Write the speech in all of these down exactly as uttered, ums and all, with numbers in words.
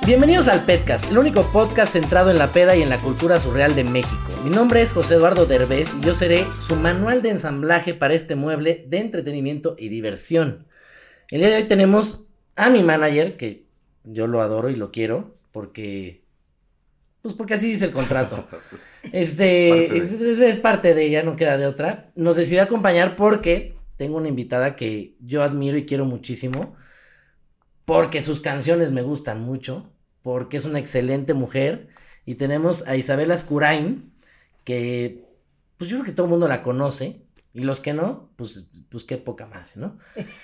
Bienvenidos al Pedcast, el único podcast centrado en la peda y en la cultura surreal de México. Mi nombre es José Eduardo Derbez y yo seré su manual de ensamblaje para este mueble de entretenimiento y diversión. El día de hoy tenemos a mi manager, que yo lo adoro y lo quiero, porque... Pues porque así dice el contrato. Este, es, es, es parte de ella, no queda de otra. Nos decidió acompañar porque tengo una invitada que yo admiro y quiero muchísimo, porque sus canciones me gustan mucho, porque es una excelente mujer, y tenemos a Isabela Ascurain, que pues yo creo que todo el mundo la conoce, y los que no, pues, pues qué poca madre, ¿no?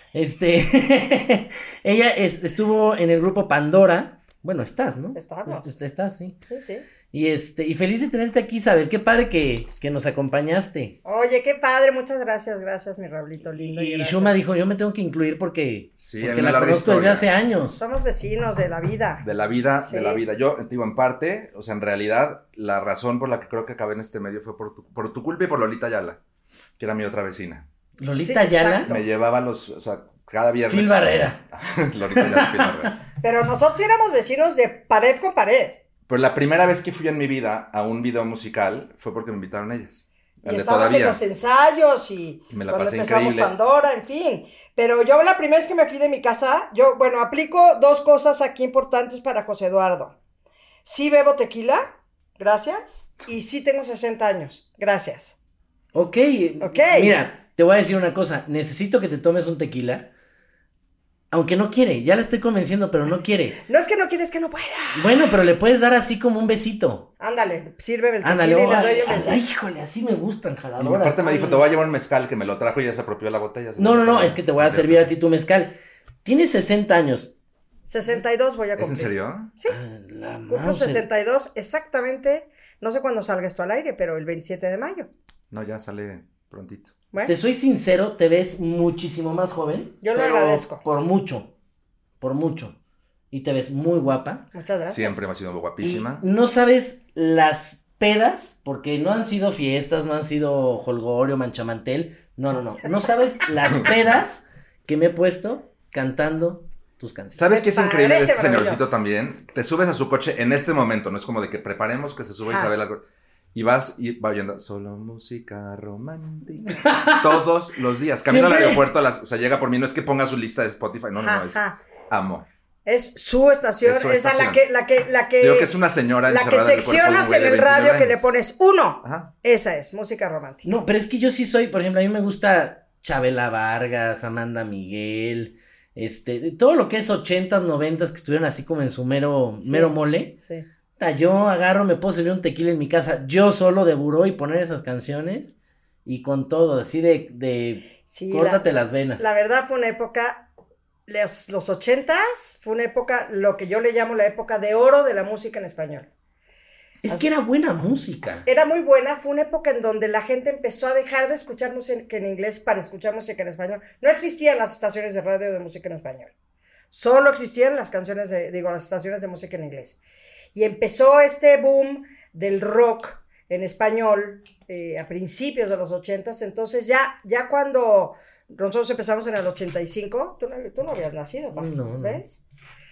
Este, ella es, estuvo en el grupo Pandora. Bueno, estás, ¿no? Estamos. Est- Estás, sí. Sí, sí. Y este, y feliz de tenerte aquí, Isabel. Qué padre que, que nos acompañaste. Oye, qué padre, muchas gracias, gracias, mi Raulito lindo. Y, y gracias. Shuma dijo, yo me tengo que incluir porque, Sí, porque hay la una larga conozco desde historia. hace años. Somos vecinos de la vida. De la vida, Sí. de la vida. Yo, te digo, en parte, o sea, en realidad, la razón por la que creo que acabé en este medio fue por tu, por tu culpa y por Lolita Ayala, que era mi otra vecina. Lolita Sí, Ayala, exacto. Me llevaba los, o sea, cada viernes. Phil Barrera. Lolita Ayala, Phil Barrera. Pero nosotros sí éramos vecinos de pared con pared. Pero la primera vez que fui en mi vida a un video musical fue porque me invitaron ellas. Y Al de estabas todavía. en los ensayos y Y me la cuando pasé empezamos increíble. Pandora, en fin. Pero yo la primera vez que me fui de mi casa, yo, bueno, aplico dos cosas aquí importantes para José Eduardo. Sí bebo tequila, gracias. Y sí tengo sesenta años, gracias. Ok. Ok. Mira, te voy a decir una cosa. Necesito que te tomes un tequila. Aunque no quiere, ya la estoy convenciendo, pero no quiere. No es que no quieres que no pueda. Bueno, pero le puedes dar así como un besito. Ándale, sírveme el tequila Ándale, y le órale. doy un Ay, besito. ay, híjole, así me gustan, Y jaladoras. aparte me dijo, te voy a llevar un mezcal, que me lo trajo y ya se apropió la botella. No, no, no, es que te voy a servir a ti tu mezcal. Tienes sesenta años. sesenta y dos voy a ¿Es cumplir. en serio? Sí, Ah, la cumplo Mauser. sesenta y dos exactamente, no sé cuándo salga esto al aire, pero el veintisiete de mayo. No, ya sale prontito. Bueno, Te soy sincero, te ves muchísimo más joven. Yo lo pero agradezco. Por mucho, por mucho. Y te ves muy guapa. muchas gracias. Siempre me ha sido guapísima. Y no sabes las pedas, porque no han sido fiestas, no han sido holgorio, manchamantel. No, no, no. No sabes las pedas que me he puesto cantando tus canciones. ¿Sabes Me qué es increíble de parece este señorcito maravilloso. también? Te subes a su coche en este momento, no es como de que preparemos que se suba Ajá. Isabel al coche. Y vas y va oyendo solo música romántica todos los días. Camino al Siempre. aeropuerto, a las, o sea, llega por mí, no es que ponga su lista de Spotify, no, no, no, es Ajá. amor. Es su estación, Es su esa la estación. que, la que, la que, Digo que es una señora la que encerrada en el cuerpo de un seccionas güey en de el radio veintinueve que le años. pones uno. Ajá. Esa es, música romántica. No, pero es que yo sí soy, por ejemplo, a mí me gusta Chabela Vargas, Amanda Miguel, este, de todo lo que es ochentas, noventas, que estuvieron así como en su mero, Sí. mero mole. Sí. Puta, yo agarro, me puedo servir un tequila en mi casa, yo solo de buró y poner esas canciones y con todo, así de, de, Sí, córtate la, las venas. la verdad fue una época, los, los ochentas, fue una época, lo que yo le llamo la época de oro de la música en español. Es que era buena música. Era muy buena, fue una época en donde la gente empezó a dejar de escuchar música en inglés para escuchar música en español. No existían las estaciones de radio de música en español. Solo existían las canciones de, digo, las estaciones de música en inglés. Y empezó este boom del rock en español eh, a principios de los ochentas. Entonces ya, ya cuando nosotros empezamos en el ochenta y cinco, tú no, tú no habías nacido, pa, No, no. ¿ves?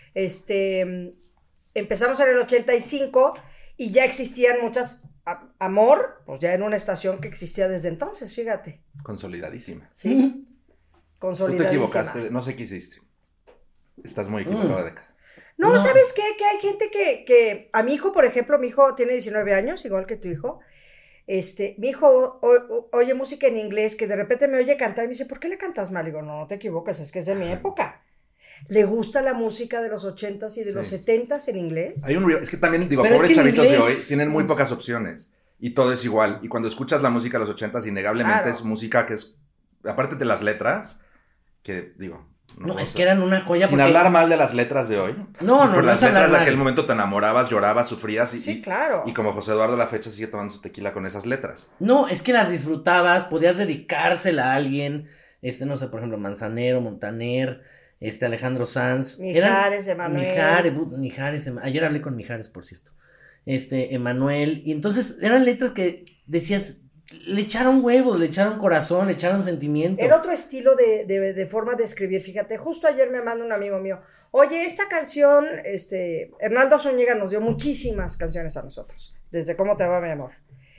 Este, empezamos en el ochenta y cinco y ya existían muchas, a- Amor, pues ya en una estación que existía desde entonces, fíjate. Consolidadísima. Sí, Tú te consolidadísima. equivocaste, no sé qué hiciste. Estás muy equivocado Mm. de acá. No, No. ¿sabes qué? Que hay gente que, que, a mi hijo, por ejemplo, mi hijo tiene diecinueve años, igual que tu hijo. Este, mi hijo o- o- oye música en inglés, que de repente me oye cantar y me dice, ¿por qué le cantas mal? Digo, no, no te equivocas, es que es de mi época. Le gusta la música de los ochentas y de Sí. los setentas en inglés. Hay un ruido- es que también, digo, Pero es pobres que en chavitos de inglés- hoy tienen muy pocas opciones. Y todo es igual. Y cuando escuchas la música de los ochentas, innegablemente Claro. es música que es, aparte de las letras, que digo... No, puedo es ser- que eran una joya Sin porque... hablar mal de las letras de hoy. No, no, Por no las es hablar letras de mal. aquel momento te enamorabas, llorabas, sufrías y, Sí, y- claro. y como José Eduardo a la fecha sigue tomando su tequila con esas letras. No, es que las disfrutabas, podías dedicársela a alguien, este, no sé, por ejemplo, Manzanero, Montaner, este, Alejandro Sanz. Mijares, Eran- Emanuel. Mijares, bu- Mijares, Ema- ayer hablé con Mijares, por cierto. Este, Emanuel, y entonces eran letras que decías, le echaron huevos, le echaron corazón, le echaron sentimiento. Era otro estilo de, de, de forma de escribir. Fíjate, justo ayer me manda un amigo mío, oye, esta canción, este, Hernaldo Zúñiga nos dio muchísimas canciones a nosotros, desde Cómo te va, mi amor.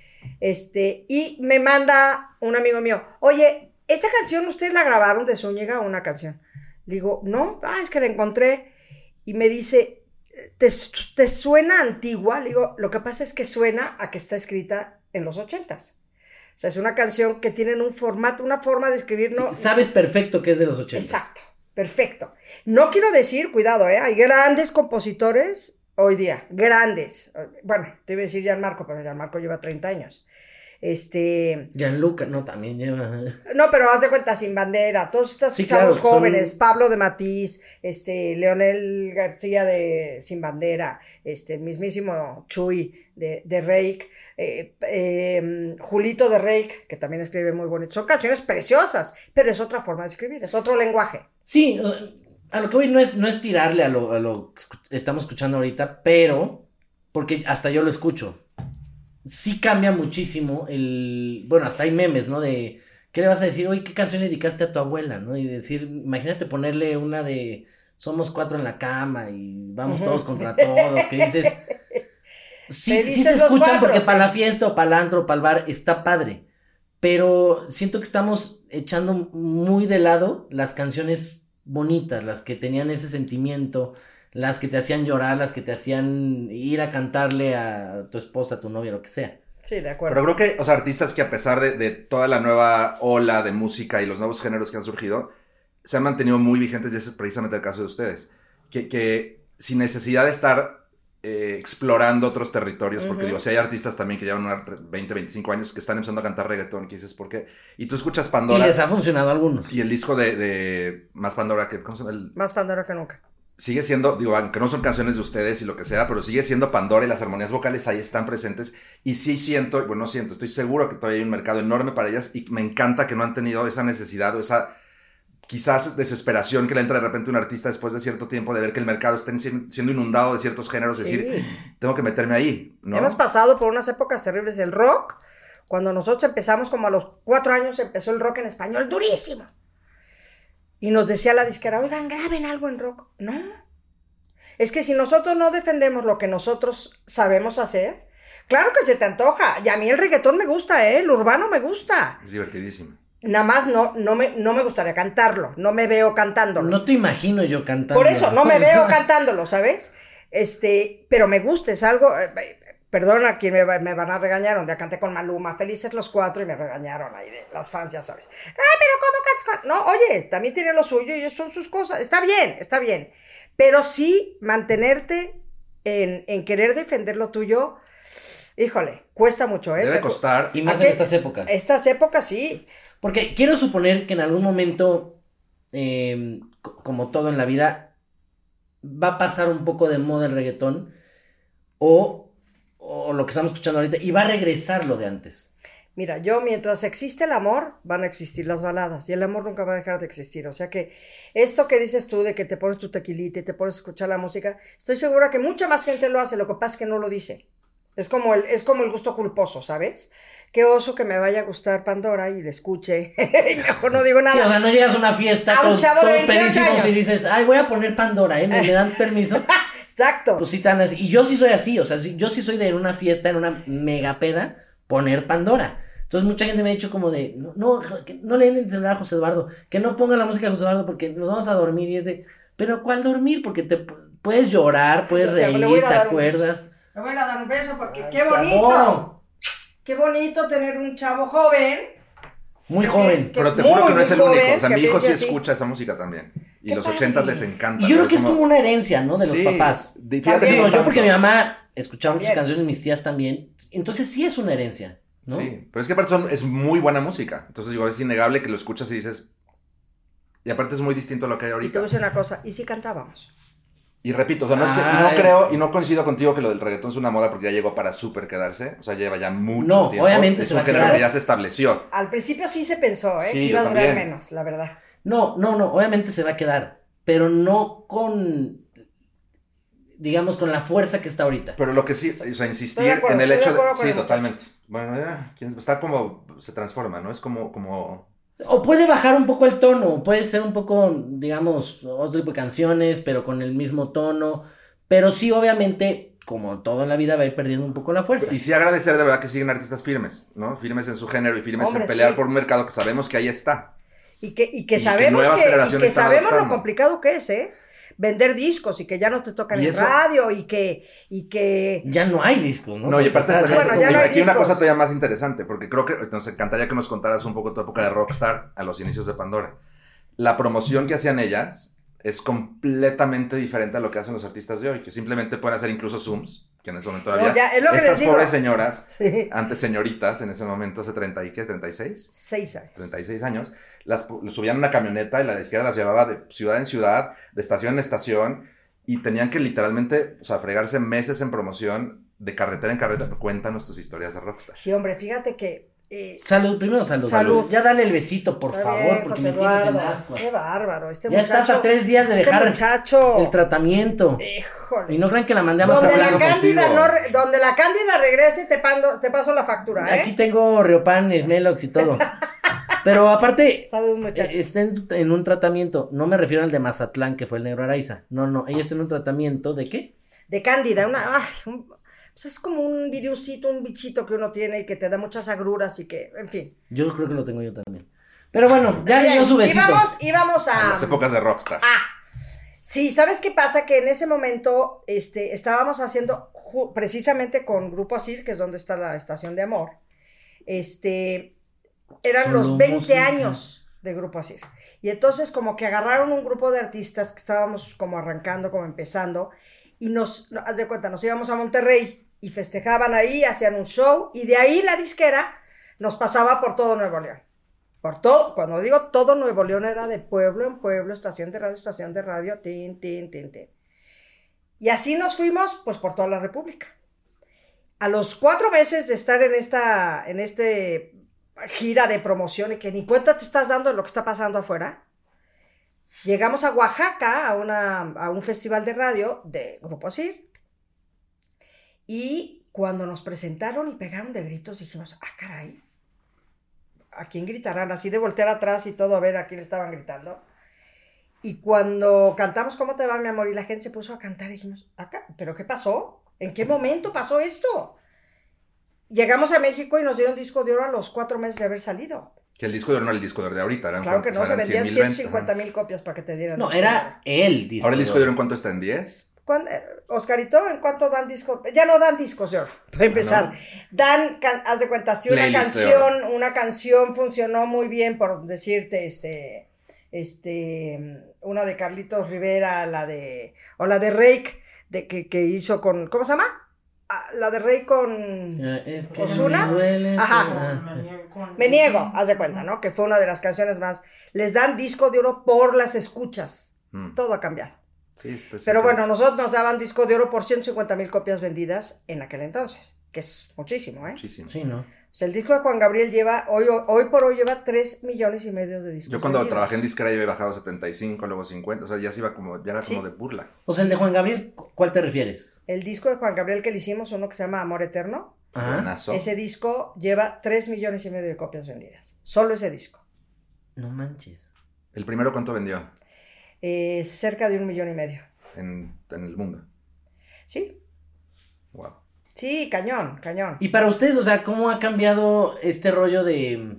Este, y me manda un amigo mío, oye, ¿esta canción ustedes la grabaron de Zúñiga o una canción? Le digo, no, ah, es que la encontré. Y me dice, ¿te, te suena antigua? Le digo, lo que pasa es que suena a que está escrita en los ochentas. O sea, es una canción que tiene un formato, una forma de escribir, ¿no? Sí, sabes perfecto que es de los ochentas. Exacto, perfecto. No quiero decir, cuidado, ¿eh? Hay grandes compositores hoy día, grandes. Bueno, te iba a decir Gianmarco, pero Gianmarco lleva treinta años. Este... Gianluca, no, también lleva... No, pero haz de cuenta, Sin Bandera, todos estos sí, chavos claro, jóvenes, son... Pablo de Matiz, este, Leonel García de Sin Bandera, este, el mismísimo Chuy de, de Reik, eh, eh, Julito de Reik, que también escribe muy bonito. Son canciones preciosas, pero es otra forma de escribir, es otro lenguaje. Sí, a lo que voy no es, no es tirarle a lo, a lo que estamos escuchando ahorita, pero, porque hasta yo lo escucho. Sí cambia muchísimo el... Bueno, hasta hay memes, ¿no? De... ¿Qué le vas a decir? Oye, ¿qué canción le dedicaste a tu abuela? ¿No? Y decir... Imagínate ponerle una de... Somos cuatro en la cama y vamos uh-huh. todos contra todos. Que dices... Sí, sí se escuchan cuatro, porque sí. Para la fiesta o para el antro o para el bar está padre. Pero siento que estamos echando muy de lado las canciones bonitas, las que tenían ese sentimiento... Las que te hacían llorar, las que te hacían ir a cantarle a tu esposa, a tu novia, lo que sea. Sí, de acuerdo. Pero creo que, o sea, artistas que a pesar de, de toda la nueva ola de música y los nuevos géneros que han surgido, se han mantenido muy vigentes y ese es precisamente el caso de ustedes. Que, que sin necesidad de estar eh, explorando otros territorios, porque uh-huh. digo, si hay artistas también que llevan veinte, veinticinco años que están empezando a cantar reggaetón, que dices, ¿por qué? Y tú escuchas Pandora. Y les ha funcionado a algunos. Y el disco de, de Más Pandora que, ¿cómo se llama? El... Más Pandora que nunca. Sigue siendo, digo, aunque no son canciones de ustedes y lo que sea, pero sigue siendo Pandora y las armonías vocales ahí están presentes. Y sí siento, bueno, no siento, estoy seguro que todavía hay un mercado enorme para ellas y me encanta que no han tenido esa necesidad o esa quizás desesperación que le entra de repente a un artista después de cierto tiempo de ver que el mercado está siendo inundado de ciertos géneros, sí. decir, tengo que meterme ahí, ¿no? Hemos pasado por unas épocas terribles. El rock, cuando nosotros empezamos, como a los cuatro años, empezó el rock en español durísimo. Y nos decía la disquera, oigan, graben algo en rock. No. Es que si nosotros no defendemos lo que nosotros sabemos hacer, claro que se te antoja. Y a mí el reggaetón me gusta, ¿eh? El urbano me gusta. Es divertidísimo. Nada más no, no, me, no me gustaría cantarlo. No me veo cantándolo. No te imagino yo cantando. Por eso, no me veo cantándolo, ¿sabes? Este, pero me gusta, es algo... Eh, Perdona, quien me, me van a regañar, un día canté con Maluma, Felices los Cuatro, y me regañaron ahí de las fans, ya sabes. Ay, pero ¿cómo cantas con...? No, oye, también tiene lo suyo y son sus cosas. Está bien, está bien. Pero sí, mantenerte en, en querer defender lo tuyo, híjole, cuesta mucho, ¿eh? Debe costar. Y más en estas épocas. Estas épocas, sí. Porque quiero suponer que en algún momento, eh, como todo en la vida, va a pasar un poco de moda el reggaetón, o... o lo que estamos escuchando ahorita, y va a regresar lo de antes. Mira, yo mientras existe el amor, van a existir las baladas, y el amor nunca va a dejar de existir, o sea que esto que dices tú de que te pones tu tequilita y te pones a escuchar la música, estoy segura que mucha más gente lo hace, lo que pasa es que no lo dice. Es como el, es como el gusto culposo, ¿sabes? Qué oso que me vaya a gustar Pandora y le escuche, y mejor no digo nada. Sí, o sea, no llegas a una fiesta, a todos, todos pedísimos años. Y dices, ay, voy a poner Pandora, ¿eh? ¿Me, me dan permiso? Exacto. Pues sí, tan así. Y yo sí soy así, o sea, sí, yo sí soy de en una fiesta, en una mega peda, poner Pandora. Entonces mucha gente me ha dicho como de, no, no, que no le den el celular a José Eduardo, que no ponga la música de José Eduardo porque nos vamos a dormir, y es de, pero ¿cuál dormir? Porque te puedes llorar, puedes reír, te acuerdas. Me voy a dar un beso porque ay, qué bonito, qué bonito tener un chavo joven. Muy joven. Que, pero te juro que no es el único, o sea, mi hijo sí así. Escucha esa música también. Y los ochentas les encanta. Y yo creo que es como, como una herencia, ¿no? De los sí, papás. Fíjate, digo, yo porque mi mamá escuchaba muchas canciones, mis tías también. Entonces sí es una herencia, ¿no? Sí, pero es que aparte son, es muy buena música. Entonces digo, es innegable que lo escuchas y dices... Y aparte es muy distinto a lo que hay ahorita. Y te voy a decir una cosa, ¿y si cantábamos? Y repito, o sea, no es que no creo y no coincido contigo que lo del reggaetón es una moda porque ya llegó para súper quedarse. O sea, lleva ya mucho no, tiempo. No, obviamente es se un va a género quedar. que ya se estableció. Al principio sí se pensó, ¿eh? Sí, que iba a durar también. menos, la verdad. No, no, no, obviamente se va a quedar, pero no con, digamos, con la fuerza que está ahorita. Pero lo que sí, o sea, insistir acuerdo, en el hecho de, de... Sí, totalmente. Bueno, ya, ¿quién- está como, se transforma, ¿no? Es como, como... O puede bajar un poco el tono, puede ser un poco, digamos, otro tipo de canciones, pero con el mismo tono. Pero sí, obviamente, como todo en la vida, va a ir perdiendo un poco la fuerza. Y sí agradecer de verdad que siguen artistas firmes, ¿no? Firmes en su género y firmes Hombre, en pelear sí. por un mercado que sabemos que ahí está. Y que, y que Y que sabemos nuevas que, y generaciones que están sabemos lo adoptando. complicado que es, ¿eh? Vender discos y que ya no te tocan Y en eso- radio y que, y que Ya no hay discos, ¿no? No, y aparte, Para por empezar, ejemplo, Bueno, ya no hay aquí una discos. cosa todavía más interesante, porque creo que nos encantaría que nos contaras un poco tu época de rockstar a los inicios de Pandora. La promoción que hacían ellas es completamente diferente a lo que hacen los artistas de hoy, que simplemente pueden hacer incluso Zooms, que en ese momento No, había. ya, es lo que Estas les digo. pobres señoras, Sí. antes señoritas, en ese momento, hace treinta y qué, treinta y seis, Seis años. treinta y seis años, las pu- subían a una camioneta y la disquera las llevaba de ciudad en ciudad, de estación en estación, y tenían que literalmente, o sea, fregarse meses en promoción de carretera en carretera. Cuéntanos tus historias de rockstar. Sí, hombre, fíjate que... eh, Salud, primero salud. Salud. Ya dale el besito, por está favor, bien, porque José me tienes en Eduardo. ascuas. Qué bárbaro. Este Ya muchacho, estás a tres días de este dejar muchacho. el tratamiento. Híjole. Y no crean que la mandé a Donde la, hablando Mazatlán. cándida contigo. no re- donde la cándida regrese, te, pando, te paso la factura, ¿eh? Aquí tengo Riopan, Smelox y todo. Pero aparte, Salud, muchachos. eh, está en, en un tratamiento. No me refiero al de Mazatlán, que fue el negro Araiza. No, no. Ella está en un tratamiento de qué? De cándida, una... Ay, un- pues es como un virusito, un bichito que uno tiene y que te da muchas agruras y que, en fin. Yo creo que lo tengo yo también. Pero bueno, ya le Bien, dio su besito. Íbamos, íbamos En a... las épocas de rockstar. Ah, sí, ¿sabes qué pasa? Que en ese momento este, estábamos haciendo, ju- precisamente con Grupo Asir, que es donde está la Estación de Amor, este, eran Solo los veinte música. años de Grupo Asir. Y entonces como que agarraron un grupo de artistas que estábamos como arrancando, como empezando, y nos, no, haz de cuenta, nos íbamos a Monterrey y festejaban ahí, hacían un show, y de ahí la disquera nos pasaba por todo Nuevo León. Por todo, cuando digo todo Nuevo León era de pueblo en pueblo, estación de radio, estación de radio, tin, tin, tin, tin. Y así nos fuimos, pues, por toda la República. A los cuatro meses de estar en esta, en este gira de promoción y que ni cuenta te estás dando de lo que está pasando afuera, llegamos a Oaxaca a, una, a un festival de radio de Grupo Asir. Y cuando nos presentaron y pegaron de gritos, dijimos, ah, caray, ¿a quién gritarán? Así de voltear atrás y todo, a ver a quién estaban gritando. Y cuando cantamos ¿Cómo te va, mi amor? Y la gente se puso a cantar y dijimos, ¿acá? ¿Pero qué pasó? ¿En qué momento pasó esto? Llegamos a México y nos dieron disco de oro a los cuatro meses de haber salido. Que el disco de oro no era el disco de oro de ahorita. Eran Claro que no, cuántos, se eran vendían cien mil ciento ventas, cincuenta ajá. mil copias para que te dieran No, disco de oro. era el disco. Ahora el disco de de oro, ¿en cuánto está? ¿En diez? ¿Cuándo, eh, Oscarito, ¿en cuánto dan discos? Ya no dan discos de oro, para empezar. ¿no? Dan, can- haz de cuenta, si una Playlist de canción, una canción funcionó muy bien, por decirte, este, este, una de Carlitos Rivera, la de, o la de Rake, de, que, que hizo con, ¿cómo se llama? Ah, la de Rake con... Ah, es que ¿Ozuna? me duele, Ajá. ah, Me niego, haz de cuenta, ¿no? Que fue una de las canciones más. Les dan disco de oro por las escuchas. Mm. Todo ha cambiado. Sí, esto es Pero increíble. bueno, nosotros nos daban disco de oro por ciento cincuenta mil copias vendidas en aquel entonces, que es muchísimo, ¿eh? Muchísimo. Sí, ¿no? O sea, el disco de Juan Gabriel lleva, hoy, hoy por hoy lleva tres millones y medio de discos Yo cuando vendidos. trabajé en disquera ya había bajado setenta y cinco, luego cincuenta, o sea, ya se iba como, ya era Sí. como de burla. O sea, el de Juan Gabriel, ¿cu- ¿cuál te refieres? El disco de Juan Gabriel que le hicimos, uno que se llama Amor Eterno, Ajá. Buenazo. ese disco lleva tres millones y medio de copias vendidas. Solo ese disco. No manches. ¿El primero cuánto vendió Eh, cerca de un millón y medio. en, en el mundo? Sí, Wow. sí, cañón, cañón. Y para ustedes, o sea, ¿cómo ha cambiado este rollo de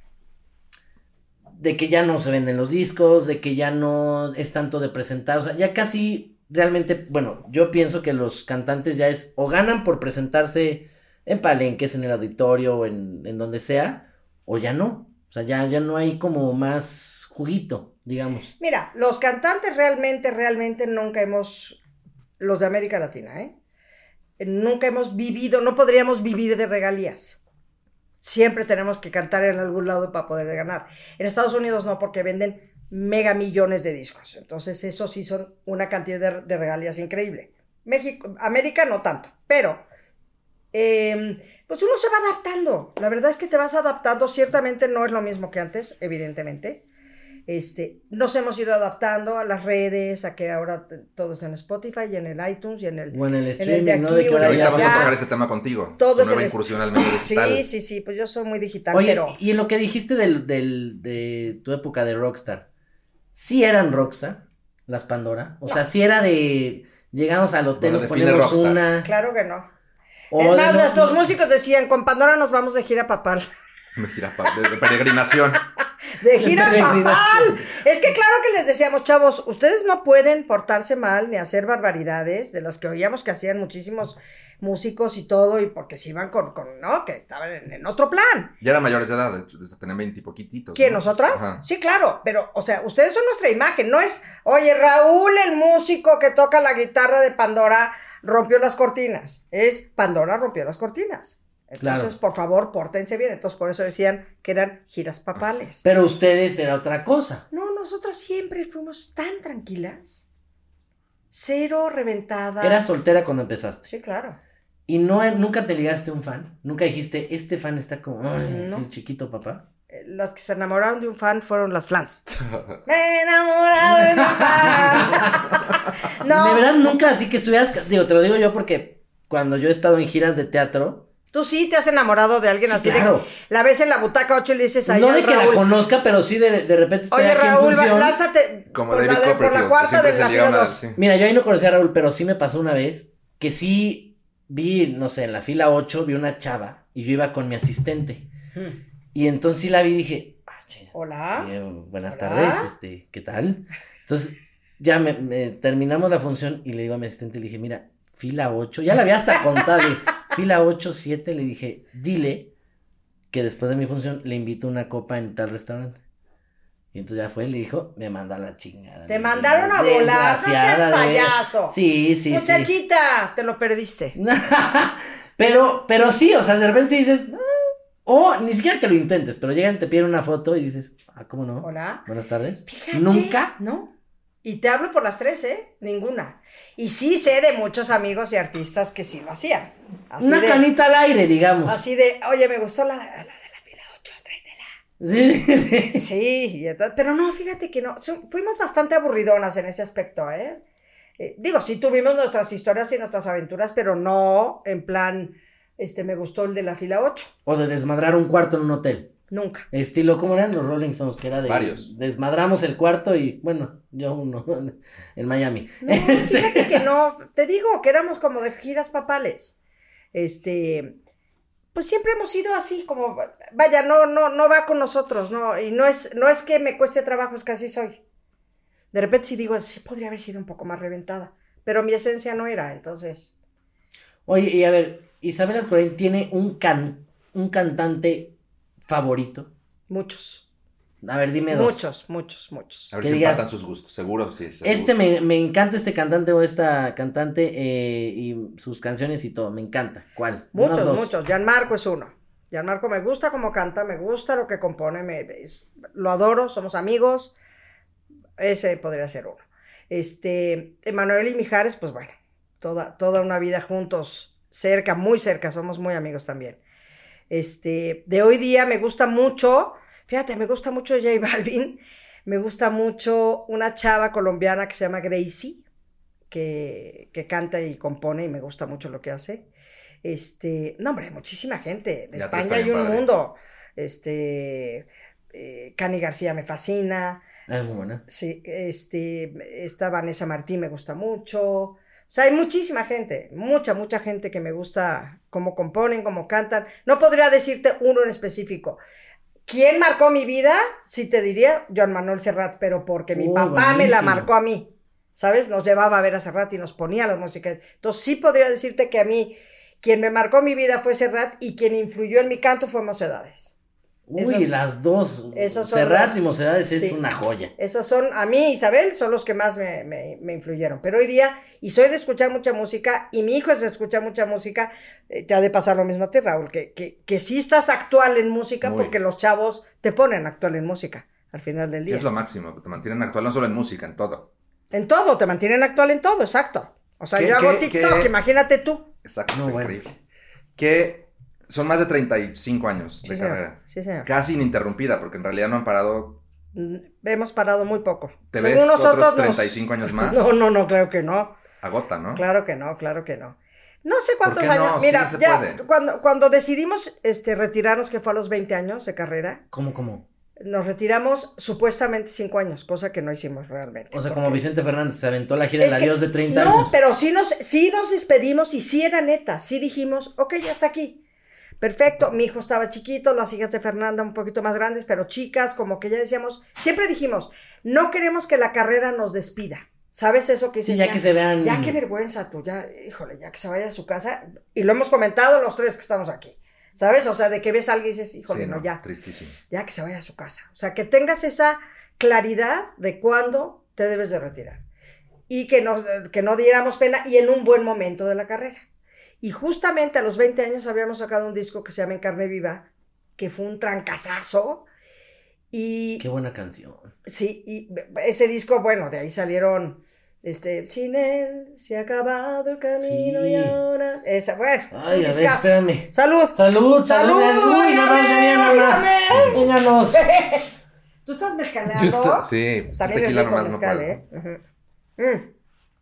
de que ya no se venden los discos, de que ya no es tanto de presentar, o sea, ya casi realmente, bueno, yo pienso que los cantantes ya es o ganan por presentarse en palenques, en el auditorio o en, en donde sea, o ya no, o sea, ya, ya no hay como más juguito, digamos. Mira, los cantantes realmente, realmente nunca hemos, los de América Latina, ¿eh? Nunca hemos vivido, no podríamos vivir de regalías. Siempre tenemos que cantar en algún lado para poder ganar. En Estados Unidos no, porque venden mega millones de discos. Entonces, eso sí son una cantidad de, de regalías increíble. México, América no tanto, pero eh, pues uno se va adaptando. La verdad es que te vas adaptando. Ciertamente no es lo mismo que antes, evidentemente. Este, nos hemos ido adaptando a las redes, a que ahora t- todo está en Spotify y en el iTunes y en el... O en el de streaming, aquí, ¿no? De que o en ahora el Ahorita ya vamos ya. a tocar ese tema contigo. Todo tu es nueva en incursión al medio digital. Sí, sí, sí, pues yo soy muy digital, Oye, pero... y en lo que dijiste del, del, de tu época de rockstar, ¿sí eran rockstar las Pandora? O sea, ¿sí era de... Llegamos al hotel, Bueno, nos define ponemos rockstar. una... Claro que no. o Es de más, no- nuestros músicos decían, con Pandora nos vamos de gira papal. De gira pa- de, de peregrinación. De gira peregrinación. papal. Es que claro que les decíamos, chavos, ustedes no pueden portarse mal ni hacer barbaridades de las que oíamos que hacían muchísimos músicos y todo, y porque se iban con, con ¿no? Que estaban en, en otro plan. Ya eran mayores de edad, de hecho, de- tenían veinte y poquititos. ¿Quién, ¿no? nosotras? Ajá. Sí, claro, pero, o sea, ustedes son nuestra imagen, no es, oye, Raúl, el músico que toca la guitarra de Pandora, rompió las cortinas. Es, Pandora rompió las cortinas. Entonces, Claro. por favor, pórtense bien. Entonces, por eso decían que eran giras papales. Pero ustedes era otra cosa. No, nosotras siempre fuimos tan tranquilas. Cero reventadas. Eras soltera cuando empezaste. Sí, claro. ¿Y no, nunca te ligaste a un fan? ¿Nunca dijiste, este fan está como, ay, No. sí, chiquito papá? Eh, Las que se enamoraron de un fan fueron las flans. Me he enamorado de mi fan. No, De verdad, nunca, así que estuvieras, digo, te lo digo yo porque cuando yo he estado en giras de teatro, tú sí te has enamorado de alguien Sí, así claro. de la ves en la butaca ocho y le dices ahí no al de que Raúl, la conozca, pero sí de, de repente estoy oye aquí Raúl, en va- función. lánzate Como por, David la de- por la Copperfield, cuarta siempre de se la liga fila una- dos. sí. Mira, yo ahí no conocí a Raúl, pero sí me pasó una vez que sí vi, no sé, en la fila ocho vi una chava y yo iba con mi asistente. Y entonces sí la vi y dije, ah, che, Hola. eh, buenas Hola. tardes, este, ¿qué tal? Entonces ya me, me- terminamos la función y le digo a mi asistente, le dije, mira, fila ocho, ya la había hasta contado, le dije, fila ocho, siete, le dije, dile que después de mi función le invito una copa en tal restaurante. Y entonces ya fue, le dijo, me mandó a la chingada. Te Le mandaron a dije, volar, no seas desgraciada de veras. payaso. Sí, sí, sí. Muchachita, te lo perdiste. pero, pero sí, o sea, de repente sí dices, "Ah", o ni siquiera que lo intentes, pero llegan, te piden una foto y dices, ah, ¿cómo no? Hola. Buenas tardes. Fíjate, Nunca. ¿no? Y te hablo por las tres, ¿eh? Ninguna. Y sí sé de muchos amigos y artistas que sí lo hacían. Así Una de, canita al aire, digamos. Así de, oye, me gustó la, la de la fila ocho, tráetela. Sí, sí. Sí, y entonces- pero no, fíjate que no, su- fuimos bastante aburridonas en ese aspecto, ¿eh? Eh, Digo, sí tuvimos nuestras historias y nuestras aventuras, pero no en plan, este, me gustó el de la fila ocho, O de desmadrar un cuarto en un hotel. nunca. Estilo, ¿cómo eran los Rolling Stones? Que era de. Varios. Desmadramos el cuarto y, bueno, yo uno en Miami. No, fíjate que no, te digo que éramos como de giras papales. Este, pues siempre hemos sido así, como, vaya, no, no, no va con nosotros, no, y no es, no es que me cueste trabajo, es que así soy. De repente sí digo, sí podría haber sido un poco más reventada, pero mi esencia no era, entonces. Oye, y a ver, Isabel Ascorain tiene un, can, un cantante favorito. Muchos, A ver, dime dos. muchos, muchos, muchos. A ver Que si digas, empatan sus gustos, seguro, sí. seguro. Este me, me encanta este cantante o esta cantante eh, y sus canciones y todo, me encanta. ¿Cuál? Unos Muchos, dos. muchos. Gianmarco es uno. Gianmarco me gusta como canta, me gusta lo que compone, me, es- lo adoro, somos amigos. Ese podría ser uno. Este, Emanuel y Mijares, pues bueno, toda, toda una vida juntos, cerca, muy cerca, somos muy amigos también. Este, de hoy día me gusta mucho, fíjate, me gusta mucho J Balvin, me gusta mucho una chava colombiana que se llama Gracie, que, que canta y compone y me gusta mucho lo que hace. Este, no, hombre, muchísima gente. De Ya España está hay bien un padre. mundo. Este, eh, Cani García me fascina. Ah, es muy buena. Sí, este, esta Vanessa Martín me gusta mucho. O sea, hay muchísima gente, mucha, mucha gente que me gusta cómo componen, cómo cantan. No podría decirte uno en específico. ¿Quién marcó mi vida? Sí te diría Joan Manuel Serrat, pero porque mi Uh, papá me la buenísimo. marcó a mí. ¿Sabes? Nos llevaba a ver a Serrat y nos ponía la música. Entonces sí podría decirte que a mí, quien me marcó mi vida fue Serrat y quien influyó en mi canto fue Mocedades. Uy, Esos- las dos. esos son Serrat los- y Mocedades es sí. una joya. Esos son, a mí, Isabel, son los que más me, me, me influyeron. Pero hoy día, y soy de escuchar mucha música, y mi hijo es de escuchar mucha música, eh, te ha de pasar lo mismo a ti, Raúl, que, que, que sí estás actual en música Muy. porque los chavos te ponen actual en música al final del Que día. es lo máximo, que te mantienen actual no solo en música, en todo. En todo, te mantienen actual en todo, exacto. O sea, ¿Qué- yo hago qué- TikTok, qué? imagínate tú. Exacto, No, está bueno. increíble. Que son más de treinta y cinco años Sí, de señor. carrera. Sí, señor. Casi ininterrumpida, porque en realidad no han parado hemos parado muy poco. ¿Te Según ves nosotros, otros nos- treinta y cinco años más? No, no, no, claro que no. Agota, ¿no? Claro que no, claro que no. No sé cuántos ¿Por qué no? años. Sí, Mira, se ya puede. cuando, cuando decidimos este, retirarnos, que fue a los veinte años de carrera, ¿Cómo, cómo? nos retiramos supuestamente cinco años, cosa que no hicimos realmente. O sea, porque- como Vicente Fernández se aventó la gira Es del que- adiós de treinta no, años. pero sí nos, sí nos despedimos y sí era neta, sí dijimos, ok, ya está aquí. Perfecto, mi hijo estaba chiquito, las hijas de Fernanda un poquito más grandes, pero chicas, como que ya decíamos, siempre dijimos, no queremos que la carrera nos despida. ¿Sabes eso que Sí, dices? ya que se vean- Ya qué vergüenza tú, ya, híjole, ya que se vaya a su casa. Y lo hemos comentado los tres que estamos aquí. ¿Sabes? O sea, de que ves a alguien y dices, híjole, Sí, no, no, ya. tristísimo. Ya que se vaya a su casa. O sea, que tengas esa claridad de cuándo te debes de retirar. Y que, nos, que no diéramos pena y en un buen momento de la carrera. Y justamente a los veinte años habíamos sacado un disco que se llama En Carne Viva, que fue un trancazazo. Y Qué buena canción. sí, y ese disco, bueno, de ahí salieron, este, sin él se ha acabado el camino Sí. y ahora... Esa, bueno, Ay, un a ver, discazo. espérame. ¡Salud! ¡Salud! ¡Salud! ¡Salud! ¡Uy, nada más, ya viene nada más! óigame! ¡Vénganos! ¿Tú estás mezcaleando? Yo estoy- sí, Pues también es tequila rico el nomás no mezcal, puedo. ¿eh? Ujú. Mm.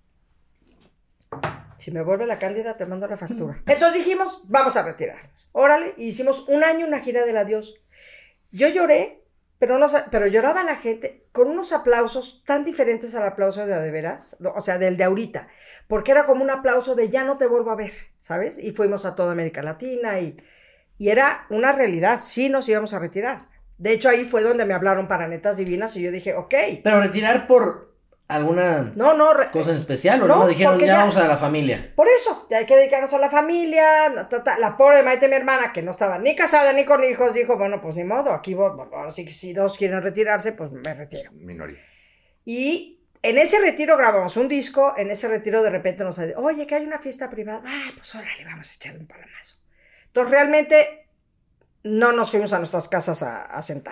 Si me vuelve la cándida, te mando la factura. Entonces dijimos, vamos a retirarnos. Órale, y hicimos un año una gira del adiós. Yo lloré, pero, no, sa- pero lloraba la gente con unos aplausos tan diferentes al aplauso de a de veras, no, o sea, del de ahorita, porque era como un aplauso de ya no te vuelvo a ver, ¿sabes? Y fuimos a toda América Latina y, y era una realidad, sí nos íbamos a retirar. De hecho, ahí fue donde me hablaron para Netas Divinas y yo dije, ok. Pero retirar por alguna No, no, re- cosa en especial, o No, no, dijeron, porque ya ya- vamos a la familia. por eso, ya hay que dedicarnos a la familia. na, ta, ta. La pobre Maite, mi hermana, que no estaba ni casada ni con hijos, dijo, bueno, pues ni modo, aquí voy, bueno, ahora sí que si dos quieren retirarse, pues me retiro. Minoría. Y en ese retiro grabamos un disco, en ese retiro de repente nos dice, oye, que hay una fiesta privada, ah, pues órale, vamos a echarle un palomazo. Entonces realmente no nos fuimos a nuestras casas a, a sentar.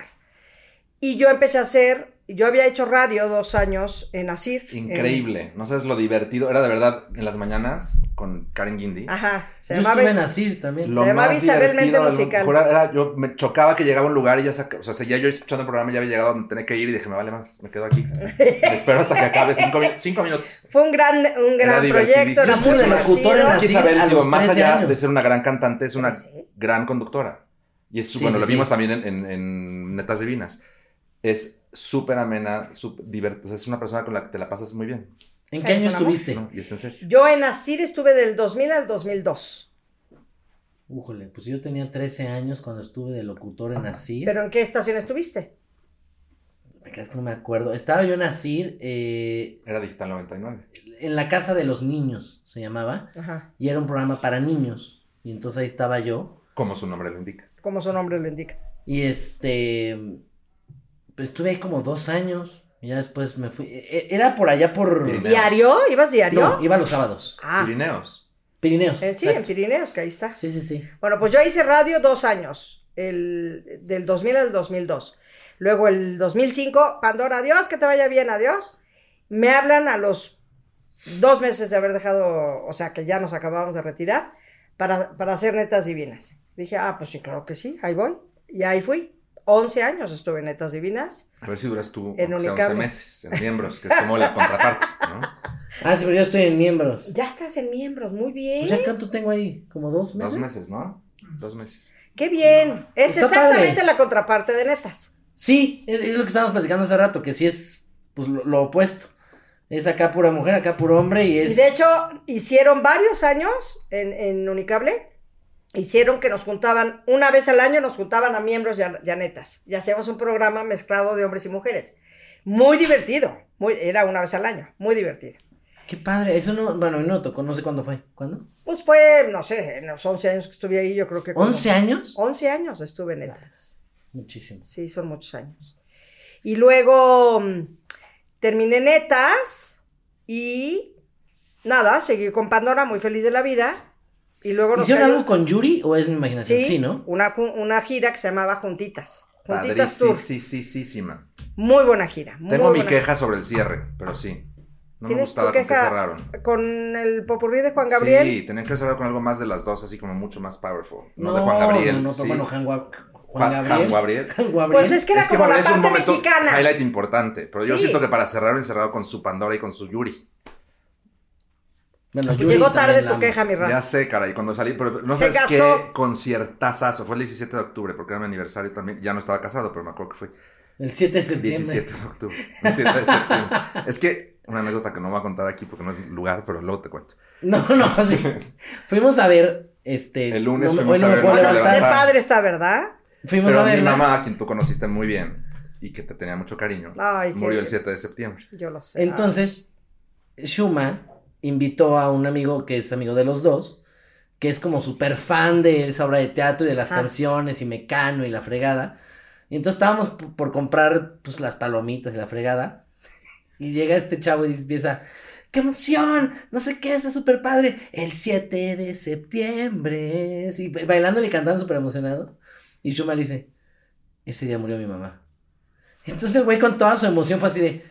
Y yo empecé a hacer, yo había hecho radio dos años en Asir. Increíble. No sabes lo divertido. Era de verdad en las mañanas con Karen Guindy. En- ajá, se Yo llamaba... estuve en Asir también. Lo Se llamaba más Isabel divertido Mente del Musical. mundo. Era- yo me chocaba que llegaba a un lugar y ya saca, o sea, seguía yo escuchando el programa y ya había llegado a donde tenía que ir y dije, me vale más, me quedo aquí. Me espero hasta que acabe cinco, mi- cinco minutos. Fue un gran, un gran divertidísimo. proyecto, era Yo muy estuve de locutor en divertido. Asir. Isabel, a digo, los más trece allá años. de ser una gran cantante, es una Sí. gran conductora. Y es, Sí, bueno, sí, lo vimos sí. también en, en- en Netas Divinas. Es súper amena, súper divertida. O sea, es una persona con la que te la pasas muy bien. ¿En qué Es año un amor. estuviste? ¿No? Y es en serio. Yo en Asir estuve del dos mil al dos mil dos. Újole, pues yo tenía trece años cuando estuve de locutor en Asir. ¿Pero en qué estación estuviste? Me crees que no me acuerdo. Estaba yo en Asir, eh, Era Digital noventa y nueve. en la casa de los niños, se llamaba. Ajá, Y era un programa para niños. Y entonces ahí estaba yo. Como su nombre lo indica. como su nombre lo indica. Y este, pues estuve ahí como dos años. Y ya después me fui. e- Era por allá por... Pirineos. ¿Diario? ¿Ibas diario? No, iba los sábados. Ah, Pirineos. Pirineos. eh, sí, en exacto. Pirineos, que ahí está. Sí, sí, sí. Bueno, pues yo hice radio dos años, el, del dos mil al dos mil dos. Luego el dos mil cinco, Pandora, adiós, que te vaya bien, adiós. Me hablan a los dos meses de haber dejado, o sea, que ya nos acabábamos de retirar, para, para hacer Netas Divinas. Dije, ah, pues sí, claro que sí, ahí voy. Y ahí fui. once años estuve en Netas Divinas. A ver si duras tú En aunque sea once Unicable. meses en miembros, que es como la contraparte, ¿no? Ah, sí, pero yo estoy en miembros. Ya estás en miembros, muy bien. Pues ya cuánto tengo ahí, como dos meses. Dos meses, ¿no? Dos meses. Qué bien. Es Está exactamente padre. la contraparte de Netas. Sí, es, es lo que estábamos platicando hace rato, que sí es pues lo, lo opuesto. Es acá pura mujer, acá puro hombre y es... Y de hecho, hicieron varios años en, en Unicable. Hicieron que nos juntaban, una vez al año nos juntaban a miembros y a, y a netas. Y hacíamos un programa mezclado de hombres y mujeres. Muy divertido. Muy, era una vez al año. Muy divertido. Qué padre, eso no, bueno, no tocó, no sé cuándo fue. ¿Cuándo? Pues fue, no sé, en los once años que estuve ahí, yo creo que... como- ¿once años? once años estuve en netas. Muchísimo. Sí, son muchos años. Y luego mm, terminé netas y nada, seguí con Pandora, muy feliz de la vida. Y luego nos ¿Hicieron cayó- algo con Yuri o es mi imaginación? Sí, Sí, ¿no? una, ju- una gira que se llamaba Juntitas. Juntitas Tour. Padricísima. Muy buena gira. Muy Tengo mi buena queja sobre el cierre, pero sí. No me ¿Tienes gustaba tu con que queja cerraron. con el popurrí de Juan Gabriel? Sí, tenían que cerrar con algo más de las dos, así como mucho más powerful. No, No, de Juan Gabriel. no, no, sí. bueno, Juan, Gua- Juan Gabriel. Juan Gabriel. Juan Gabriel. Pues es que era Es que como Juan la Gabriel es un parte momento mexicana. highlight importante, pero yo Sí. siento que para cerrar, encerrado con su Pandora y con su Yuri. Bueno, Pues Yuri llegó también tarde la tu amo. queja, mi Ra. Ya sé, caray, cuando salí, pero no Se sabes qué gastó. conciertazazo. Fue el diecisiete de octubre, porque era mi aniversario también. Ya no estaba casado, pero me acuerdo que fue El siete de septiembre. diecisiete de octubre. El siete de septiembre. Es que, una anécdota que no voy a contar aquí porque no es lugar, pero luego te cuento. No, no, sí. Fuimos a ver, este... El lunes no me- fuimos hoy no a me ver puedo Marca Qué levantar. Levantar. padre está, ¿verdad? Fuimos Pero a mi verla. mamá, a quien tú conociste muy bien y que te tenía mucho cariño, Ay, qué- murió el siete de septiembre. Yo lo sé. Entonces, Shuma invitó a un amigo que es amigo de los dos, que es como súper fan de esa obra de teatro y de las Ah. canciones y Mecano y la fregada. Y entonces estábamos p- por comprar pues las palomitas y la fregada. Y llega este chavo y empieza, ¡qué emoción! No sé qué, está súper padre. El siete de septiembre. Sí, ba- bailando y cantando súper emocionado. Y Shuma le dice, ese día murió mi mamá. Y entonces el güey con toda su emoción fue así de,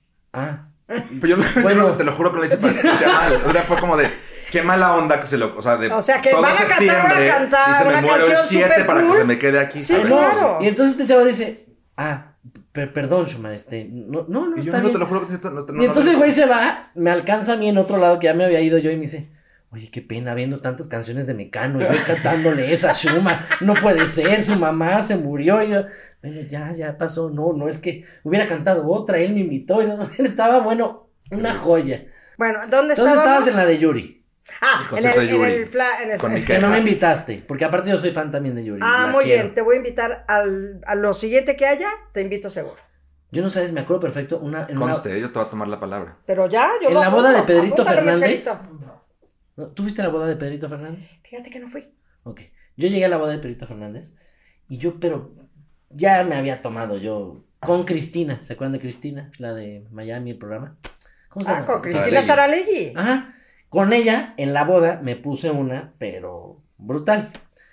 ah. Pero yo, no- yo Bueno. no- te lo juro que lo hice para que se sienta mal. O sea, fue como de, qué mala onda que se lo... O sea, de O sea, que todo van a cantar septiembre, una cantar, dice, una me muero el canción siete súper para que cool. se me quede aquí. Sí, ¿sabes? claro. Y entonces este chavo dice, ah, per- perdón, Shuma, este, no, no, no, Y yo está no bien. te lo juro que no, no, no, Y entonces el no- güey se va, me alcanza a mí en otro lado que ya me había ido yo y me dice, oye, qué pena viendo tantas canciones de Mecano y yo cantándole esa a Shuma, no puede ser, su mamá se murió y yo, bueno, ya, ya pasó, no, no, es que hubiera cantado otra, él me invitó y no, estaba bueno, una joya. Bueno, ¿dónde Entonces estábamos? estabas en la de Yuri, Ah, El en concierto el, de en Yuri. el, fla- en el Con mi que no me Queja. invitaste, porque aparte yo soy fan también de Yuri. Ah, la muy quiero. bien. Te voy a invitar al, a lo siguiente que haya. Te invito seguro. Yo no sabes, me acuerdo perfecto, una, en una, Conste, yo te voy a tomar la palabra. Pero ya, yo En lo la boda de apunto. Pedrito Apúntalo, mi Fernández. esquelito. ¿no? ¿Tú fuiste a la boda de Pedrito Fernández? Fíjate que no fui. Ok, yo llegué a la boda de Pedrito Fernández y yo, pero ya me había tomado yo con Cristina, ¿se acuerdan de Cristina? La de Miami, el programa. ¿Cómo se Ah, llama? con Cristina Saralegui. Saralegui. Ajá, con ella en la boda me puse una, pero brutal.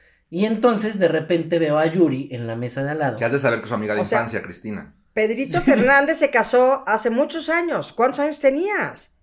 Y entonces de repente veo a Yuri en la mesa de al lado. Que has de saber que es su amiga de O sea, infancia, Cristina. Pedrito Fernández se casó hace muchos años. ¿Cuántos años tenías?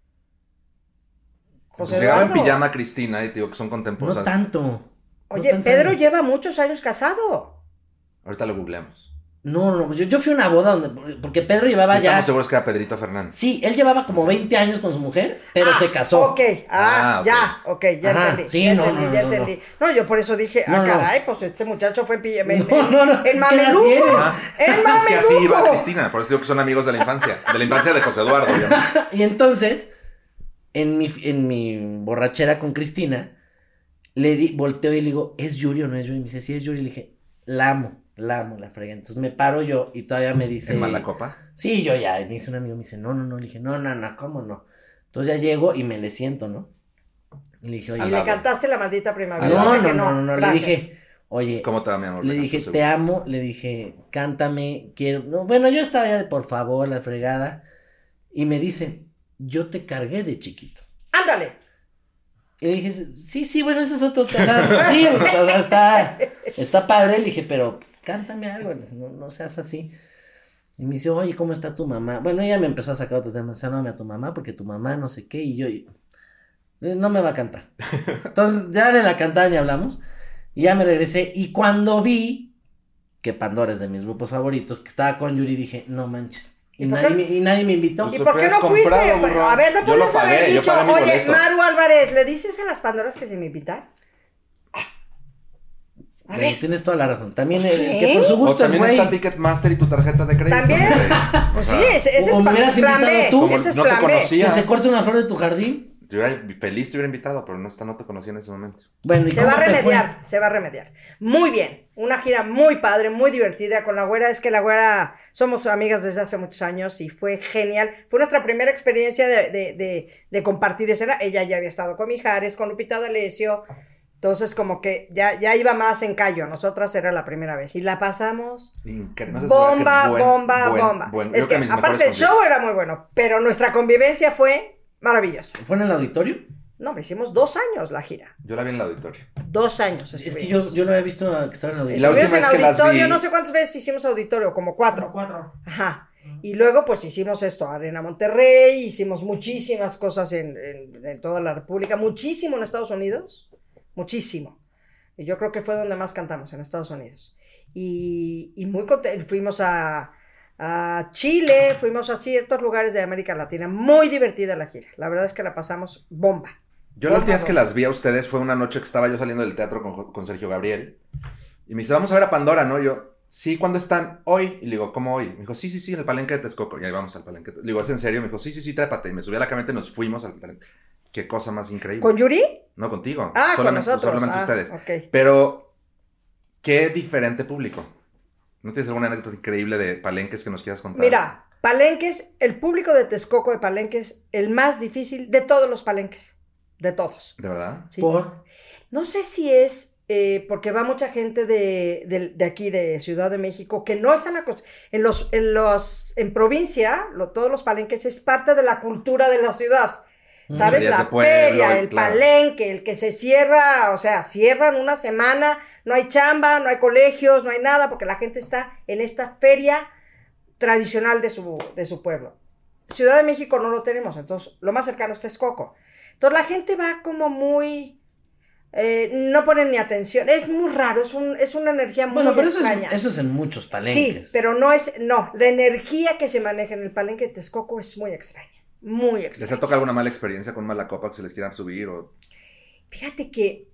Pues José llegaba en Eduardo. pijama Cristina y te digo que son No contemporáneos. tanto. Oye, no tan Pedro sano. lleva muchos años casado. Ahorita lo googleamos. No, no, yo, yo fui a una boda donde, porque Pedro llevaba Sí, ya... estamos seguros que era Pedrito Fernández. Sí, él llevaba como veinte años con su mujer, pero Ah, se casó. Ok, ah, Ah, ok. ya, ok, ya Ajá, entendí. sí, ya no, entendí, no, ya no, entendí. No. yo por eso dije, ah, No, no. caray, pues este muchacho fue en pijama. En, No, no, no, en ¿qué edad mamelucos. tienes? Ah, En es que así iba mamelucos. Cristina, por eso digo que son amigos de la infancia. De la infancia de José Eduardo, obviamente. Y entonces, en mi, en mi borrachera con Cristina, le di, volteo y le digo, ¿es Yuri o no es Yuri? Y me dice, sí, es Yuri. Y le dije, la amo, la amo, la frega. Entonces me paro yo y todavía me dice... ¿En mala copa? Sí, yo ya, y me dice un amigo, me dice, no, no, no. Le dije, no, no, no, ¿cómo no? Entonces ya llego y me le siento, ¿no? Y le dije, oye... Y Al le lado. cantaste la maldita primavera. No, ¿verdad no, que no, no, no, le Gracias. dije, oye... ¿Cómo te va, mi amor? Le canto dije, seguro. te amo, le dije, cántame, quiero... No, bueno, yo estaba ya de por favor, la fregada. Y me dice, yo te cargué de chiquito. Ándale. Y le dije, sí, sí, bueno, eso es otro... O sea, sí, o sea, está, está padre. Le dije, pero cántame algo, no, no seas así. Y me dice, oye, ¿cómo está tu mamá? Bueno, ella me empezó a sacar otros temas. Sálvame a tu mamá porque tu mamá no sé qué. Y yo, y- no me va a cantar. Entonces, ya de la cantada ya hablamos. Y ya me regresé. Y cuando vi que Pandora es de mis grupos favoritos, que estaba con Yuri, dije, no manches. Y, ¿Y por nadie, qué? me, y nadie me invitó. Pues ¿Y por qué no hubieras fuiste? comprado, burro. A ver, no Yo lo podías haber pagué, yo dicho, pagué mi oye, boleto. Maru Álvarez, ¿le dices a las Pandoras que se me invitan? A Eh, ver, Tienes toda la razón. También ¿Sí? el que por su O gusto es también güey. está Ticketmaster y tu tarjeta de crédito. ¿también? hombre. O Pues sí, sea, ese, ese o es me pa- hubieras plan invitado B. tú. Como Ese es no te plan B. conocía. Que se corte una flor de tu jardín. Yo hubiera, feliz te hubiera invitado, pero no, está, no te conocía en ese momento. Bueno, ¿y Se cómo va a te fue? remediar, se va a remediar. Muy bien, una gira muy padre, muy divertida con la güera. Es que la güera, somos amigas desde hace muchos años y fue genial. Fue nuestra primera experiencia de, de, de, de compartir escena. Ella ya había estado con Mijares, con Lupita D'Alessio. Entonces como que ya, ya iba más en callo. Nosotras era la primera vez. Y la pasamos Increíble. No sé si bomba, qué buen, bomba, buen, bomba. buen- Es creo que a mis mejores aparte el show conciertos. era muy bueno, pero nuestra convivencia fue maravillosa. ¿Fue en el auditorio? No, hombre, hicimos dos años la gira. Yo la vi en el auditorio. Dos años. Es que estuvimos. yo, yo lo había visto que estaba en el Y la auditorio. Estuvimos última en vez que las auditorio, vi- no sé cuántas veces hicimos auditorio, como cuatro. Cuatro. Ajá. Y luego pues hicimos esto, Arena Monterrey, hicimos muchísimas cosas en, en, en toda la República, muchísimo en Estados Unidos, muchísimo. Y yo creo que fue donde más cantamos, en Estados Unidos. Y, y muy contentos. Fuimos a, a Chile, fuimos a ciertos lugares de América Latina. Muy divertida la gira. La verdad es que la pasamos bomba. Yo bomba, la última vez que bomba. las vi a ustedes fue una noche que estaba yo saliendo del teatro con, con Sergio Gabriel. Y me dice, vamos a ver a Pandora, ¿no? Y yo, sí, ¿cuándo están? Hoy. Y le digo, ¿cómo hoy? Me dijo, sí, sí, sí, en el Palenque de Texcoco. Y ahí vamos al Palenque. Le digo, ¿es en serio? Me dijo, sí, sí, sí, trépate. Y me subí a la camioneta y nos fuimos al Palenque. Qué cosa más increíble. ¿Con Yuri? No, contigo. Ah, solamente, con nosotros. Solamente ah, ustedes. Ok. Pero, qué diferente público. ¿No tienes alguna anécdota increíble de palenques que nos quieras contar? Mira, Palenques, el público de Texcoco de Palenques, el más difícil de todos los palenques. De todos. ¿De verdad? ¿Sí? ¿Por? No sé si es eh, porque va mucha gente de, de, de aquí, de Ciudad de México, que no están acostumbrados. En los, en los, en provincia, lo, todos los palenques es parte de la cultura de la ciudad. ¿Sabes? Días La de pueblo, feria, el claro. palenque, el que se cierra, o sea, cierran una semana, no hay chamba, no hay colegios, no hay nada, porque la gente está en esta feria tradicional de su, de su pueblo. Ciudad de México no lo tenemos, entonces lo más cercano es Texcoco. Entonces la gente va como muy... Eh, no ponen ni atención, es muy raro, es, un, es una energía muy Bueno, pero eso extraña. es, eso es en muchos palenques. Sí, pero no es, no, la energía que se maneja en el palenque de Texcoco es muy extraña, muy ¿Les extraña. ha tocado alguna mala experiencia con mala copa que se les quieran subir? O... Fíjate que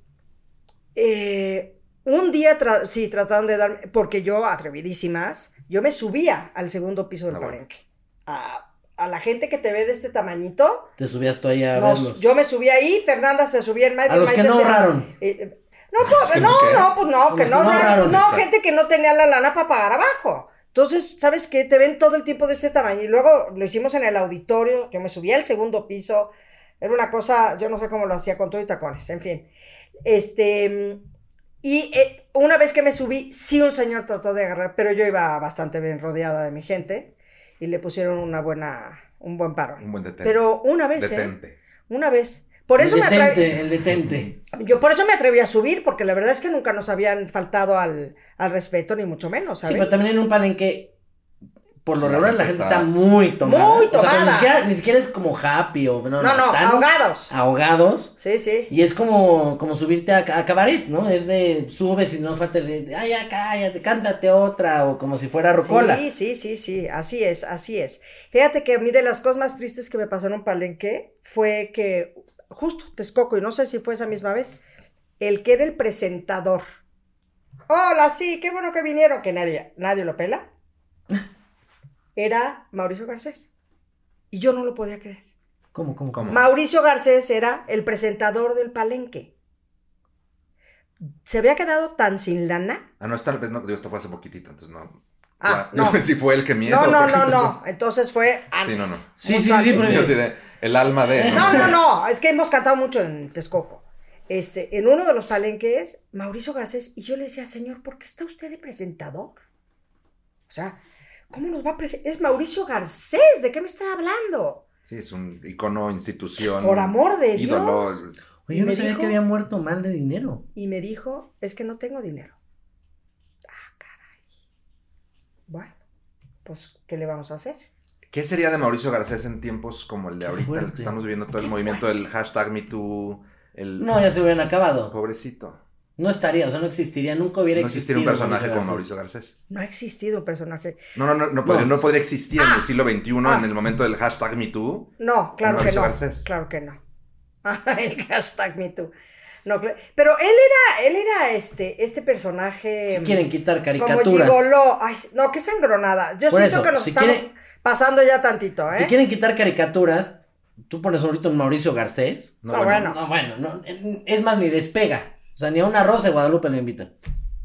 eh, un día, tra- sí, trataron de darme, porque yo, atrevidísimas, yo me subía al segundo piso del Ah, bueno. palenque. A, a la gente que te ve de este tamañito, Te subías tú ahí a nos- verlos. yo me subía ahí, Fernanda se subía en medio. A los que Maite no se- ahorraron. eh, eh, no, pues, que no, no, ¿qué? no, pues no, Los que que no, no ahorraron, ahorraron, no, exacto. gente que no tenía la lana para pagar abajo. Entonces, ¿sabes qué? Te ven todo el tiempo de este tamaño. Y luego lo hicimos en el auditorio, yo me subí al segundo piso. Era una cosa, yo no sé cómo lo hacía con todo y tacones, en fin. Este, y eh, una vez que me subí, sí un señor trató de agarrar, pero yo iba bastante bien rodeada de mi gente y le pusieron una buena, un buen paro. Un buen detente. Pero una vez, Detente. ¿eh? Una vez. Por eso el me detente, atreví, el detente. yo por eso me atreví a subir, porque la verdad es que nunca nos habían faltado al, al respeto, ni mucho menos, ¿sabes? Sí, pero también en un palenque, por lo La regular, la gente gente está- está muy tomada. Muy O sea, pero ni tomada. siquiera, ni siquiera es como happy o... No, no, No, no, están ahogados. ahogados. Sí, sí. Y es como, como subirte a, a cabaret, ¿no? Es de, subes y no falta el de, ay, ya cállate, cántate otra, o como si fuera rocola. Sí, sí, sí, sí, así es, así es. Fíjate que a mí de las cosas más tristes que me pasó en un palenque fue que, justo, Texcoco, y no sé si fue esa misma vez, el que era el presentador. Hola, sí, qué bueno que vinieron, que nadie, nadie lo pela. Era Mauricio Garcés. Y yo no lo podía creer. ¿Cómo, cómo, cómo? ¿Cómo? Mauricio Garcés era el presentador del palenque. Se había quedado tan sin lana. Ah, no, tal vez no, digo, esto fue hace poquitito, entonces no. Ah, Ya, no. Si fue el que miedo. No, no, porque no, entonces- no. Entonces fue antes. Sí, no, no. Sí, mucho sí, sí, antes. pero- Sí, así de, el alma de. No, no, no, es que hemos cantado mucho en Texcoco. Este, en uno de los palenques, Mauricio Garcés, y yo le decía, señor, ¿por qué está usted de presentador? O sea, ¿cómo nos va a presentar? Es Mauricio Garcés, ¿de qué me está hablando? Sí, es un icono, institución. Por amor de ídolo. Dios. Oye, yo no me sabía dijo- que había muerto mal de dinero. Y me dijo, es que no tengo dinero. Ah, caray. Bueno, pues, ¿qué le vamos a hacer? ¿Qué sería de Mauricio Garcés en tiempos como el de Qué ahorita, el fuerte. que estamos viviendo todo el Qué movimiento del hashtag MeToo? El... No, ya se hubieran acabado. Pobrecito. No estaría, o sea, no existiría, nunca hubiera No existido. existiría un personaje como Garcés. Mauricio Garcés. No ha existido un personaje. No, no, no, no, podría, No. no podría existir en Ah. el siglo veintiuno, Ah. en el momento del hashtag MeToo. No, claro que Mauricio no. Garcés. Claro que no. Ah, el hashtag MeToo. No, cla- pero él era, él era este, este personaje. Si quieren quitar como caricaturas. gigoló. Ay, no, qué sangronada. Yo Por siento eso, que nos si estamos quiere- pasando ya tantito, ¿eh? Si quieren quitar caricaturas, tú pones ahorita un Mauricio Garcés. No, No, bueno. bueno. No, bueno, no, es más, ni despega. O sea, ni a una Rosa de Guadalupe lo invitan.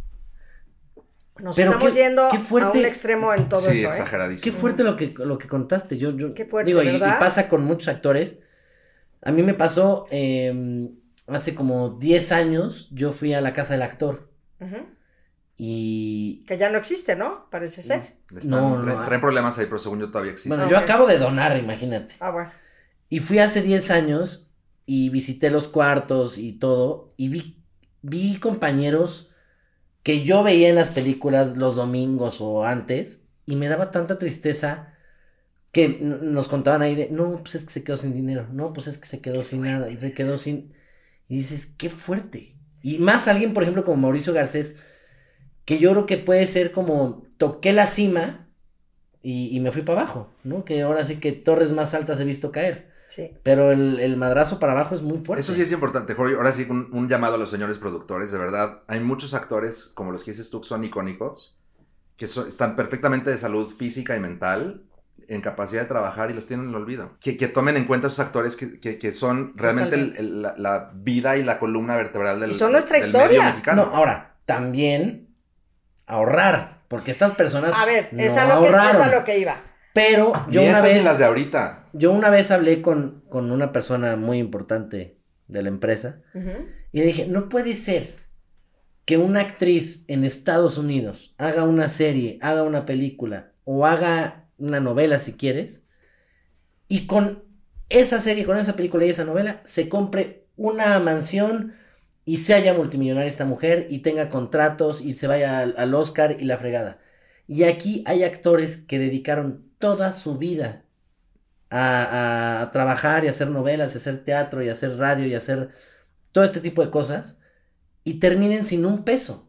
Nos Pero estamos qué- yendo qué fuerte- a un extremo en todo Sí, eso, ¿eh? exageradísimo. Qué fuerte lo que, lo que contaste. Yo, yo, Qué fuerte, digo, y- y, ¿verdad? pasa con muchos actores. A mí me pasó eh, hace como diez años. Yo fui a la casa del actor. Ujú. Y Que ya no existe, ¿no? Parece ser. Le están- No, no, traen, ah. traen problemas ahí, pero según yo todavía existe. bueno, Ok. yo acabo de donar, imagínate. Ah, bueno. Y fui hace diez años y visité los cuartos y todo. Y vi, vi compañeros que yo veía en las películas los domingos o antes. Y me daba tanta tristeza que n- nos contaban ahí de, no, pues es que se quedó sin dinero. No, pues es que se quedó sin nada. Se quedó sin... Y dices, qué fuerte. Y más alguien, por ejemplo, como Mauricio Garcés, que yo creo que puede ser como toqué la cima y, y me fui para abajo, ¿no? Que ahora sí que torres más altas he visto caer. Sí. Pero el, el madrazo para abajo es muy fuerte. Eso sí es importante, Jorge. Ahora sí, un, un llamado a los señores productores. De verdad, hay muchos actores, como los que dices tú, que son icónicos, que so, están perfectamente de salud física y mental, en capacidad de trabajar y los tienen en el olvido. Que, que tomen en cuenta esos actores que, que, que son realmente el, el, la, la vida y la columna vertebral del, y son nuestra del historia. medio mexicano. No, ahora, también ahorrar, porque estas personas a ver, no es a lo ahorraron. Que, es a lo que iba. Pero yo ni una estas vez... ni las de ahorita. Yo una vez hablé con, con una persona muy importante de la empresa uh-huh. y le dije, no puede ser que una actriz en Estados Unidos haga una serie, haga una película o haga una novela si quieres y con esa serie, con esa película y esa novela se compre una mansión y se haya multimillonaria esta mujer y tenga contratos y se vaya al, al Oscar y la fregada. Y aquí hay actores que dedicaron toda su vida A, a trabajar y hacer novelas, y hacer teatro y hacer radio y hacer todo este tipo de cosas y terminen sin un peso,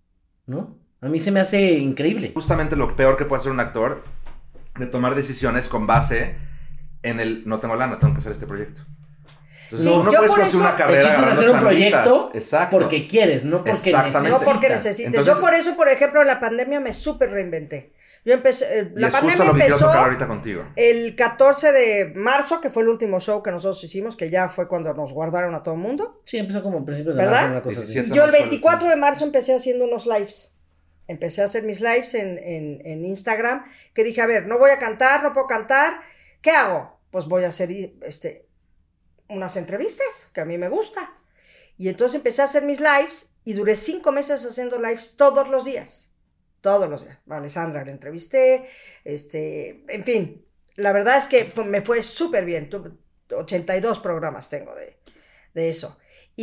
¿no? A mí se me hace increíble. Justamente lo peor que puede hacer un actor de tomar decisiones con base en el no tengo lana, tengo que hacer este proyecto. Entonces, sí, no puedes hacer una carrera. El chiste es hacer un proyecto Exacto. porque quieres, no porque necesitas. No porque necesites. Entonces, yo por eso, por ejemplo, en la pandemia me súper reinventé. Yo empecé, eh, la es pandemia justo lo que empezó quiero tocar ahorita contigo. El catorce de marzo, que fue el último show que nosotros hicimos, que ya fue cuando nos guardaron a todo el mundo. Sí, empezó como a principios de ¿verdad? marzo, una cosa así. Y yo el veinticuatro de marzo empecé haciendo unos lives. Empecé a hacer mis lives en, en, en Instagram, que dije, a ver, no voy a cantar, no puedo cantar, ¿qué hago? Pues voy a hacer este, unas entrevistas, que a mí me gusta. Y entonces empecé a hacer mis lives, y duré cinco meses haciendo lives todos los días. Todos los días. A Alessandra la entrevisté, este, en fin. La verdad es que fue, me fue súper bien. Tuve ochenta y dos programas tengo de, de eso.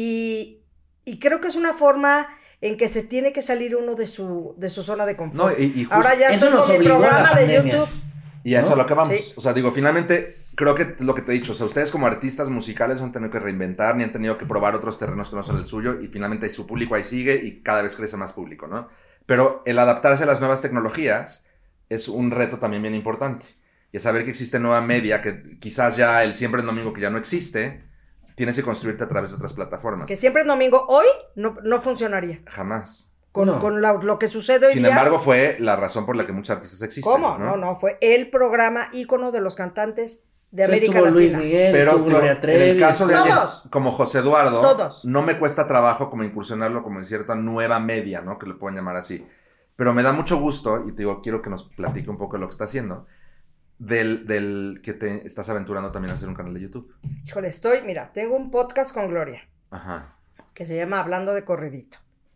Y, y creo que es una forma en que se tiene que salir uno de su, de su zona de confort. No, y, y ahora ya eso estoy nos con mi obligó programa a la de pandemia. YouTube. Y a eso ¿no? es a lo que vamos. Sí. O sea, digo, finalmente, creo que lo que te he dicho, o sea, ustedes como artistas musicales no han tenido que reinventar, ni han tenido que probar otros terrenos que no son el suyo, y finalmente su público ahí sigue y cada vez crece más público, ¿no? Pero el adaptarse a las nuevas tecnologías es un reto también bien importante. Y es saber que existe nueva media, que quizás ya el siempre es domingo que ya no existe, tienes que construirte a través de otras plataformas. Que siempre es domingo, hoy no, no funcionaría. Jamás. Con, No. con la, lo que sucede hoy Sin día. embargo, fue la razón por la que muchos artistas existen. ¿Cómo? ¿no? No, no, fue el programa ícono de los cantantes de Entonces América estuvo Latina. Luis Miguel, Pero estuvo Gloria Trevi. en el caso de alguien Todos. como José Eduardo, Todos. no me cuesta trabajo como incursionarlo como en cierta nueva media, ¿no? Que le pueden llamar así. Pero me da mucho gusto, y te digo, quiero que nos platique un poco de lo que está haciendo, del, del que te estás aventurando también a hacer un canal de YouTube. Híjole, estoy, mira, tengo un podcast con Gloria, Ajá. que se llama Hablando de Corridito.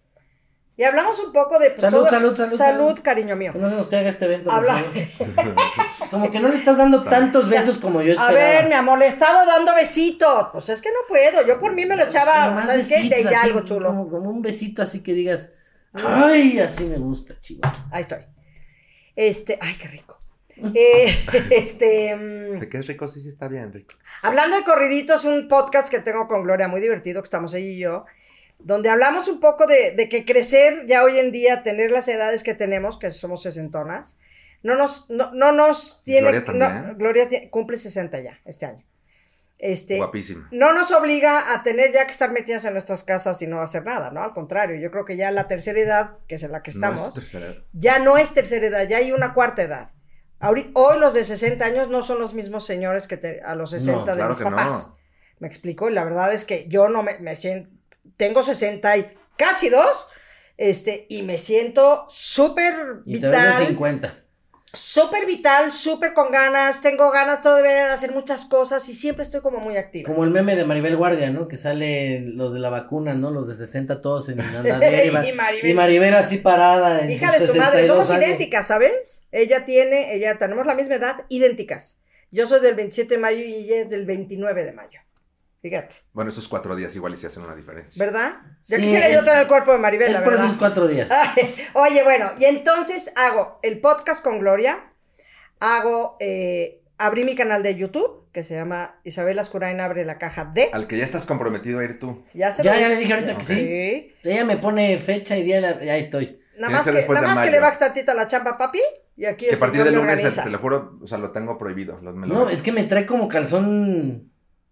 Y hablamos un poco de... Pues, Salud, todo- salud, salud, Salud, salud. cariño mío. Que no se nos caiga este evento. por Habla. favor. Como que no le estás dando tantos besos como yo A esperaba. ver, me ha molestado dando besitos. Pues es que no puedo. Yo por mí me lo echaba, Nomás ¿sabes qué? besitos Te ya así, algo chulo. Como, como un besito así que digas, ay, así me gusta, chivo. Ahí estoy. Este, ay, qué rico. Eh, este, mm, ¿De qué es rico? Sí, sí, está bien, rico. Hablando de Corriditos, un podcast que tengo con Gloria, muy divertido, que estamos ella y yo, donde hablamos un poco de, de que crecer ya hoy en día, tener las edades que tenemos, que somos sesentonas, no nos, no, no nos tiene... Gloria también. no, Gloria ti- cumple sesenta ya, este año. Este, Guapísima. no nos obliga a tener ya que estar metidas en nuestras casas y no hacer nada, ¿no? Al contrario, yo creo que ya la tercera edad, que es en la que estamos, No es tu tercera edad. ya no es tercera edad, ya hay una cuarta edad. Ahori- hoy los de sesenta años no son los mismos señores que te- a los sesenta de claro mis que papás. no. Me explico, y la verdad es que yo no me, me siento, tengo sesenta y casi dos, este, y me siento súper Y te ves de vital, cincuenta. súper vital, súper con ganas, tengo ganas todavía de hacer muchas cosas y siempre estoy como muy activa. Como el meme de Maribel Guardia, ¿no? Que salen los de la vacuna, ¿no? Los de sesenta todos en andadera. y, va- Y Maribel. y Maribel así parada en Hija sus de su madre, sesenta y dos somos años. idénticas, ¿sabes? Ella tiene, ella, tenemos la misma edad, idénticas. Yo soy del veintisiete de mayo y ella es del veintinueve de mayo. Fíjate, Bueno, esos cuatro días igual y se hacen una diferencia. ¿verdad? Yo Sí, quisiera yo es- tener el cuerpo de Maribel, Es la por verdad. esos cuatro días. Ay, oye, bueno, y entonces hago el podcast con Gloria, hago, eh, abrí mi canal de YouTube, que se llama Isabel Ascurain abre la caja D. Al que ya estás comprometido a ir tú. Ya se Ya, lo ya le dije ahorita Ok. que sí. Sí. Ella me pone fecha y día, la- ya estoy. Nada Tiene más, que ser que, después nada de más que mayo. le bajes tantito a la chamba, papi, y aquí Que el a partir señor del me lunes, organiza. te lo juro, o sea, lo tengo prohibido. Lo- me lo- No, es que me trae como calzón.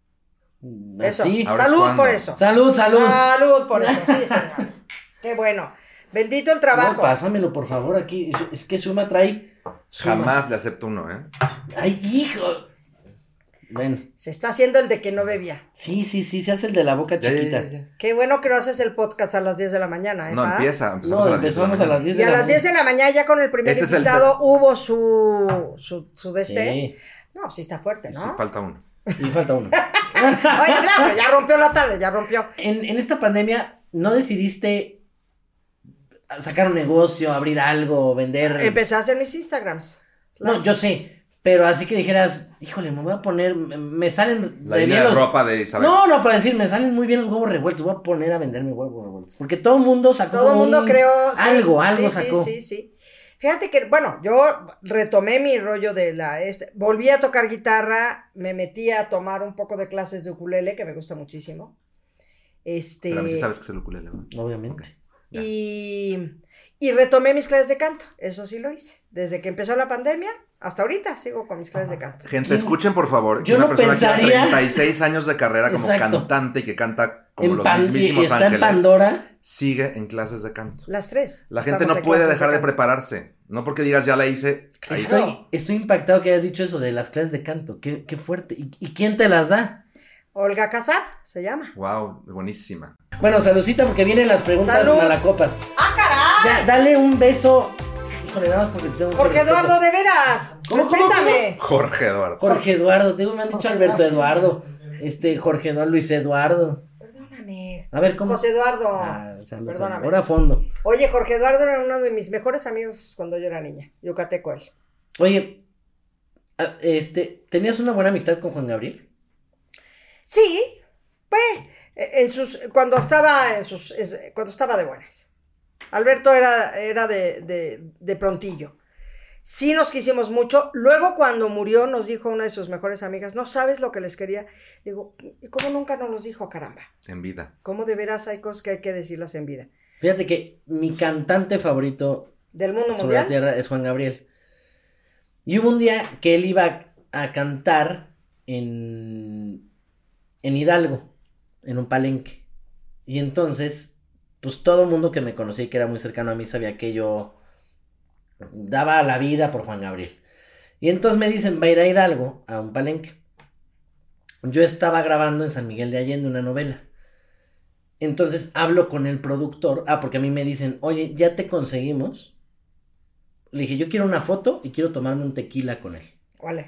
Eso. Así. Ahora es Salud cuando. por eso. Salud, salud. Salud por eso, sí, señor. Qué bueno. Bendito el trabajo. No, pásamelo, por favor, aquí. Es, es que Suma trae. Suma. Jamás le acepto uno, ¿eh? Ay, hijo. Bueno, Se está haciendo el de que no bebía. sí, sí, sí, se hace el de la boca Ya, ya, chiquita. ya, ya. Qué bueno que no haces el podcast a las diez de la mañana, ¿eh? No, pa? empieza. Empezamos No, a las diez de la empezamos a las mañana. diez Y de a la las diez mañana. de la mañana ya con el primer Este es el invitado hubo su, su, su de este. Sí, No, sí está fuerte, Sí, ¿no? falta uno. y falta uno. Oye, ya, pero ya rompió la tarde, ya rompió. En, en esta pandemia, ¿no decidiste sacar un negocio, abrir algo, vender? Empecé a hacer mis Instagrams. No, yo sé, pero así que dijeras, híjole, me voy a poner, me- me salen La de línea bien de los- ropa de Isabel. No, no, para decir, me salen muy bien los huevos revueltos, voy a poner a vender mis huevos revueltos, porque todo el mundo sacó Todo el como mundo un- creó. sí, algo, algo sí, sacó. Sí, sí, sí. Fíjate que, bueno, yo retomé mi rollo de la. Este, volví a tocar guitarra, me metí a tomar un poco de clases de ukulele, que me gusta muchísimo. Este. Pero a mí sí sabes que es el ukulele, ¿no? Obviamente. Ya. Y, y retomé mis clases de canto, eso sí lo hice. Desde que empezó la pandemia hasta ahorita sigo con mis clases de canto. Gente, ¿Quién? escuchen por favor. que Yo una no persona que pensaría- lleva treinta y seis años de carrera como Exacto. cantante y que canta como En los Pan- y- y mismísimos está ángeles, en Pandora. sigue en clases de canto. Las tres. La gente estamos no en puede clases dejar de canto. prepararse. No porque digas ya la hice. ahí- Estoy, estoy impactado que hayas dicho eso de las clases de canto, qué, qué fuerte. ¿Y, y quién te las da? Olga Casar se llama. Wow, buenísima. Bueno, saludcita porque vienen las preguntas Salud. malacopas. ¡Ah, caray! Ya, dale un beso. Híjole, nada más porque tengo mucho Jorge respeto. Eduardo, de veras. ¿Cómo, cómo, Respétame. Jorge Eduardo. Jorge Eduardo, digo, me han dicho Alberto Eduardo. Este, Jorge Eduardo, Luis Eduardo. Perdóname. A ver, ¿cómo? José Eduardo. Ah, o sea, no sé, Perdóname. ahora a fondo. Oye, Jorge Eduardo era uno de mis mejores amigos cuando yo era niña. Yucateco él. Oye, a- este, ¿tenías una buena amistad con Juan Gabriel? Sí, pues, en sus, cuando estaba en sus, en- cuando estaba de buenas. Alberto era, era de, de, de prontillo. Sí nos quisimos mucho. Luego cuando murió nos dijo una de sus mejores amigas, no sabes lo que les quería. Digo, ¿y cómo nunca nos los dijo, caramba? En vida. ¿Cómo de veras hay cosas que hay que decirlas en vida? Fíjate que mi cantante favorito ¿Del mundo sobre la mundial? tierra es Juan Gabriel. Y hubo un día que él iba a cantar en, en Hidalgo, en un palenque. Y entonces, pues todo el mundo que me conocía y que era muy cercano a mí sabía que yo daba la vida por Juan Gabriel. Y entonces me dicen, va a ir a Hidalgo, a un palenque. Yo estaba grabando en San Miguel de Allende una novela. Entonces hablo con el productor. Ah, porque a mí me dicen, oye, ya te conseguimos. Le dije, yo quiero una foto y quiero tomarme un tequila con él. Vale.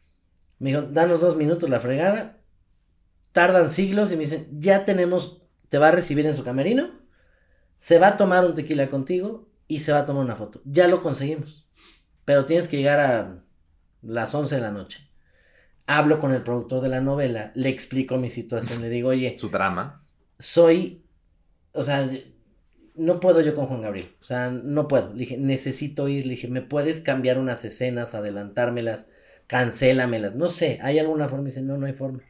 Me dijo, danos dos minutos la fregada. Tardan siglos y me dicen, ya tenemos, te va a recibir en su camerino. Se va a tomar un tequila contigo y se va a tomar una foto. Ya lo conseguimos. Pero tienes que llegar a las once de la noche. Hablo con el productor de la novela, le explico mi situación, le digo, oye, Su drama. soy, o sea, no puedo yo con Juan Gabriel, o sea, no puedo. Le dije, necesito ir, le dije, ¿me puedes cambiar unas escenas, adelantármelas, cancélamelas? No sé, ¿hay alguna forma? Y dice, no, no hay forma.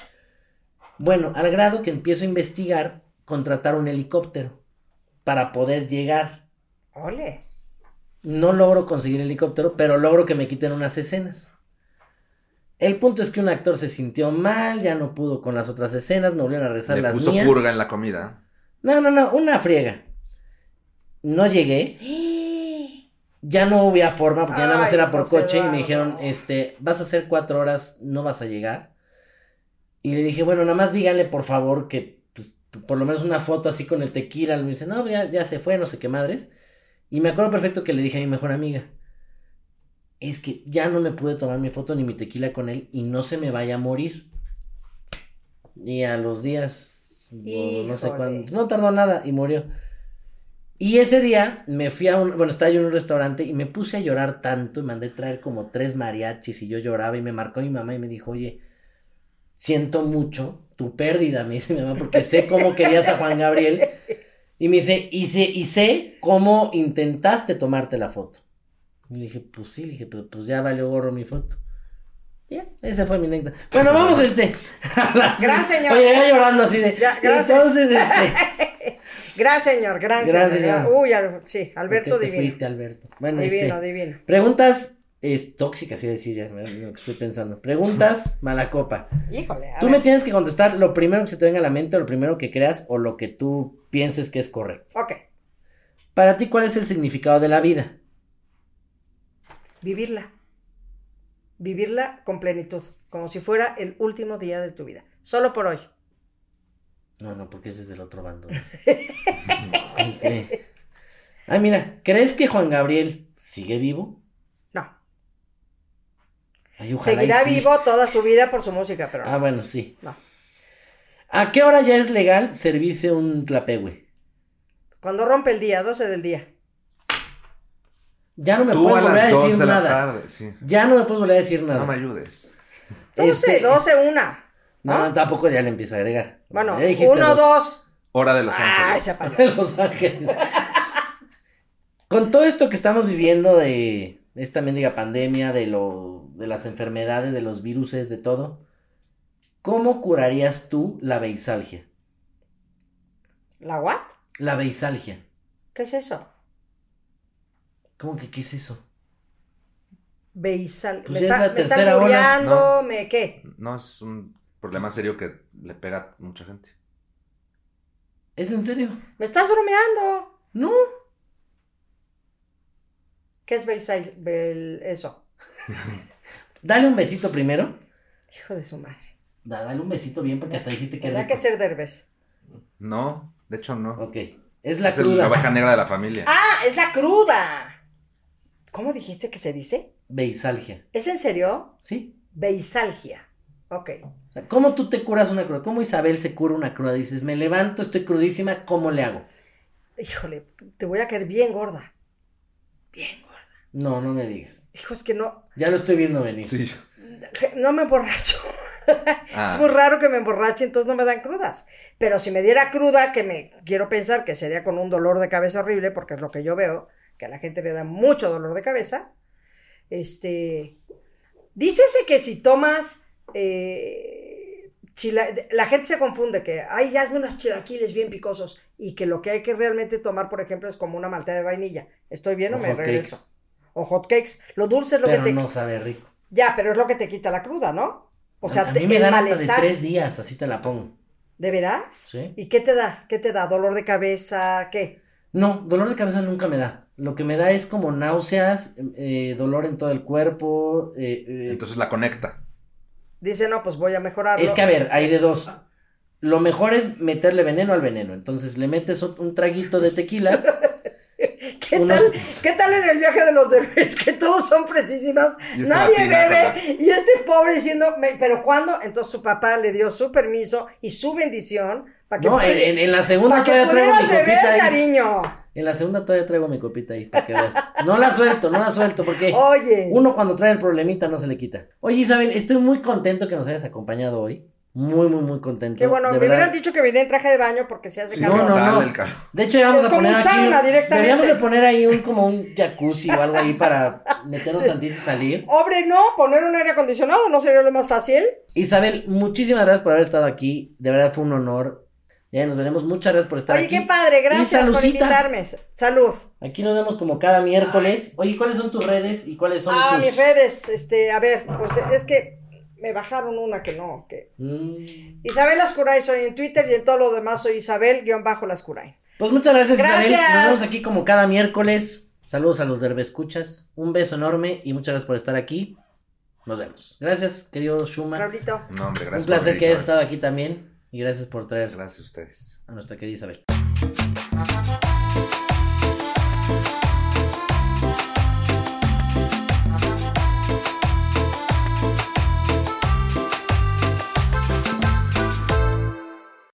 Bueno, al grado que empiezo a investigar, contratar un helicóptero para poder llegar. Ole. No logro conseguir helicóptero, pero logro que me quiten unas escenas. El punto es que un actor se sintió mal, ya no pudo con las otras escenas, me volvieron a rezar Le las puso mías. purga en la comida. No, no, no, una friega. No llegué, ya no había forma, porque ya nada más Ay, era por José coche y me Eduardo. dijeron, este, vas a hacer cuatro horas, no vas a llegar. Y le dije, bueno, nada más díganle por favor que, pues, por lo menos una foto así con el tequila. Me dice, no, ya, ya se fue, no sé qué madres. Y me acuerdo perfecto que le dije a mi mejor amiga, es que ya no me pude tomar mi foto ni mi tequila con él y no se me vaya a morir. Y a los días, o no sé Híjole. cuándo, no tardó nada y murió. Y ese día me fui a un, bueno, estaba yo en un restaurante y me puse a llorar tanto y mandé traer como tres mariachis y yo lloraba y me marcó mi mamá y me dijo, oye, siento mucho tu pérdida, me dice mi mamá, porque sé cómo querías a Juan Gabriel. Y me dice, y sé, y sé cómo intentaste tomarte la foto. Y le dije, pues sí, le dije, pero pues ya valió gorro mi foto. Ya, esa fue mi anécdota. Bueno, vamos este. las- Gran señor. Oye, ya llorando así de. Ya, gracias. Entonces, este. Gran señor, gran, Gran señor. señor. Uy, al- sí, ¿Por Alberto qué te divino. fuiste, Alberto? Bueno, Divino, este. divino. Preguntas es, tóxicas, iba a decir ya, lo que estoy pensando. Preguntas mala copa. Híjole, a Tú ver. me tienes que contestar lo primero que se te venga a la mente, o lo primero que creas, o lo que tú pienses que es correcto. Ok, Para ti, ¿cuál es el significado de la vida? vivirla. Vivirla con plenitud, como si fuera el último día de tu vida. Solo por hoy. No, no, porque ese es del otro bando. Este. Ah, mira, ¿crees que Juan Gabriel sigue vivo? No. Ay, ojalá y Seguirá sí. vivo toda su vida por su música, pero Ah, no. bueno, sí. No. ¿A qué hora ya es legal servirse un tlapehue? Cuando rompe el día, doce del día. Ya no me Tú a puedes volver a las dos decir de la nada. tarde, sí. Ya no me puedes volver a decir nada. No me ayudes. doce, Este- doce, una. No, no, tampoco ya le empieza a agregar. Bueno, Ya dijiste uno, dos. Hora de Los Ay, Ángeles. se apagó. De Los Ángeles. Con todo esto que estamos viviendo de esta mendiga pandemia, de lo, de las enfermedades, de los viruses, de todo, ¿cómo curarías tú la beisalgia? ¿La what? La beisalgia. ¿Qué es eso? ¿Cómo que qué es eso? Beisal. Pues me ya es está, la me está tercera ola, muriendo, ¿no? me qué. No, es un problema serio que le pega a mucha gente. ¿Es en serio? Me estás bromeando. No. ¿Qué es beisal? Bel- eso. Dale un besito primero. Hijo de su madre. Da, dale un besito bien porque hasta dijiste que Tendrá rico. que ser Derbez. No, de hecho no. Ok. Es la es el- cruda. la oveja negra de la familia. ¡Ah! ¡Es la cruda! ¿Cómo dijiste que se dice? Beisalgia. ¿Es en serio? ¿Sí? Beisalgia. Ok. O sea, ¿cómo tú te curas una cruda? ¿Cómo Isabel se cura una cruda? Dices, me levanto, estoy crudísima, ¿cómo le hago? Híjole, te voy a caer bien gorda. Bien gorda. No, no me digas. Hijo, es que no. Ya lo estoy viendo venir. Sí. No me emborracho. Ah. Es muy raro que me emborrache, entonces no me dan crudas. Pero si me diera cruda, que me quiero pensar que sería con un dolor de cabeza horrible, porque es lo que yo veo, que a la gente le da mucho dolor de cabeza. Este. Dícese que si tomas. Eh, chila- la gente se confunde que, ay, ya hazme unos chilaquiles bien picosos. Y que lo que hay que realmente tomar, por ejemplo, es como una malteada de vainilla. ¿Estoy bien o, O me hot regreso? cakes. O hot cakes. Lo dulce es lo Pero que te. no sabe rico. Ya, pero es lo que te quita la cruda, ¿no? O sea, a, a te- mí me el dan hasta de malestar. tres días, así te la pongo. ¿De veras? Sí. ¿Y qué te da? ¿Qué te da? ¿Dolor de cabeza? ¿Qué? No, dolor de cabeza nunca me da. Lo que me da es como náuseas, eh, dolor en todo el cuerpo. eh, eh, Entonces la conecta. Dice, no, pues voy a mejorarlo. Es que a ver, hay de dos. Lo mejor es meterle veneno al veneno. Entonces le metes ot- un traguito de tequila. ¿Qué uno- tal? ¿Qué tal en el viaje de los Derbez? Que todos son fresísimas, Y esta nadie latina, bebe, ¿verdad? y este pobre diciendo, "Me- ¿pero cuándo? Entonces su papá le dio su permiso y su bendición para que, No, en, pudiera- en- en la segunda pa' que todavía traigo mi pudieras beber, copita ahí. cariño. En la segunda todavía traigo mi copita ahí, para que veas. No la suelto, no la suelto, porque Oye. uno cuando trae el problemita no se le quita. Oye, Isabel, estoy muy contento que nos hayas acompañado hoy. Muy, muy, muy contento. Que bueno, de me verdad. hubieran dicho que vine en traje de baño porque se hace Sí, calor. no, no, Dale no. el carro. De hecho, ya vamos Es a como poner un aquí. sauna directamente. Deberíamos de poner ahí un como un jacuzzi o algo ahí para meternos tantito y salir. Hombre, no, poner un aire acondicionado no sería lo más fácil. Isabel, muchísimas gracias por haber estado aquí. De verdad fue un honor. Ya nos veremos. Muchas gracias por estar Oye, aquí. qué padre, Y gracias por saludcita. invitarme. Salud. Aquí nos vemos como cada miércoles. Oye, ¿cuáles son tus redes y cuáles son Ah, tus...? mis redes, este, a ver, pues es que me bajaron una que no, que... Mm. Isabel Lascurain soy en Twitter y en todo lo demás soy Isabel-Lascurain. Pues muchas gracias, Isabel. Gracias. Nos vemos aquí como cada miércoles. Saludos a los Derbescuchas. Un beso enorme y muchas gracias por estar aquí. Nos vemos. Gracias, querido Schumann. Raulito. No, hombre, gracias. Un placer por que venir, hayas Isabel. estado aquí también. Y gracias por traer Gracias a ustedes. a nuestra querida Isabel.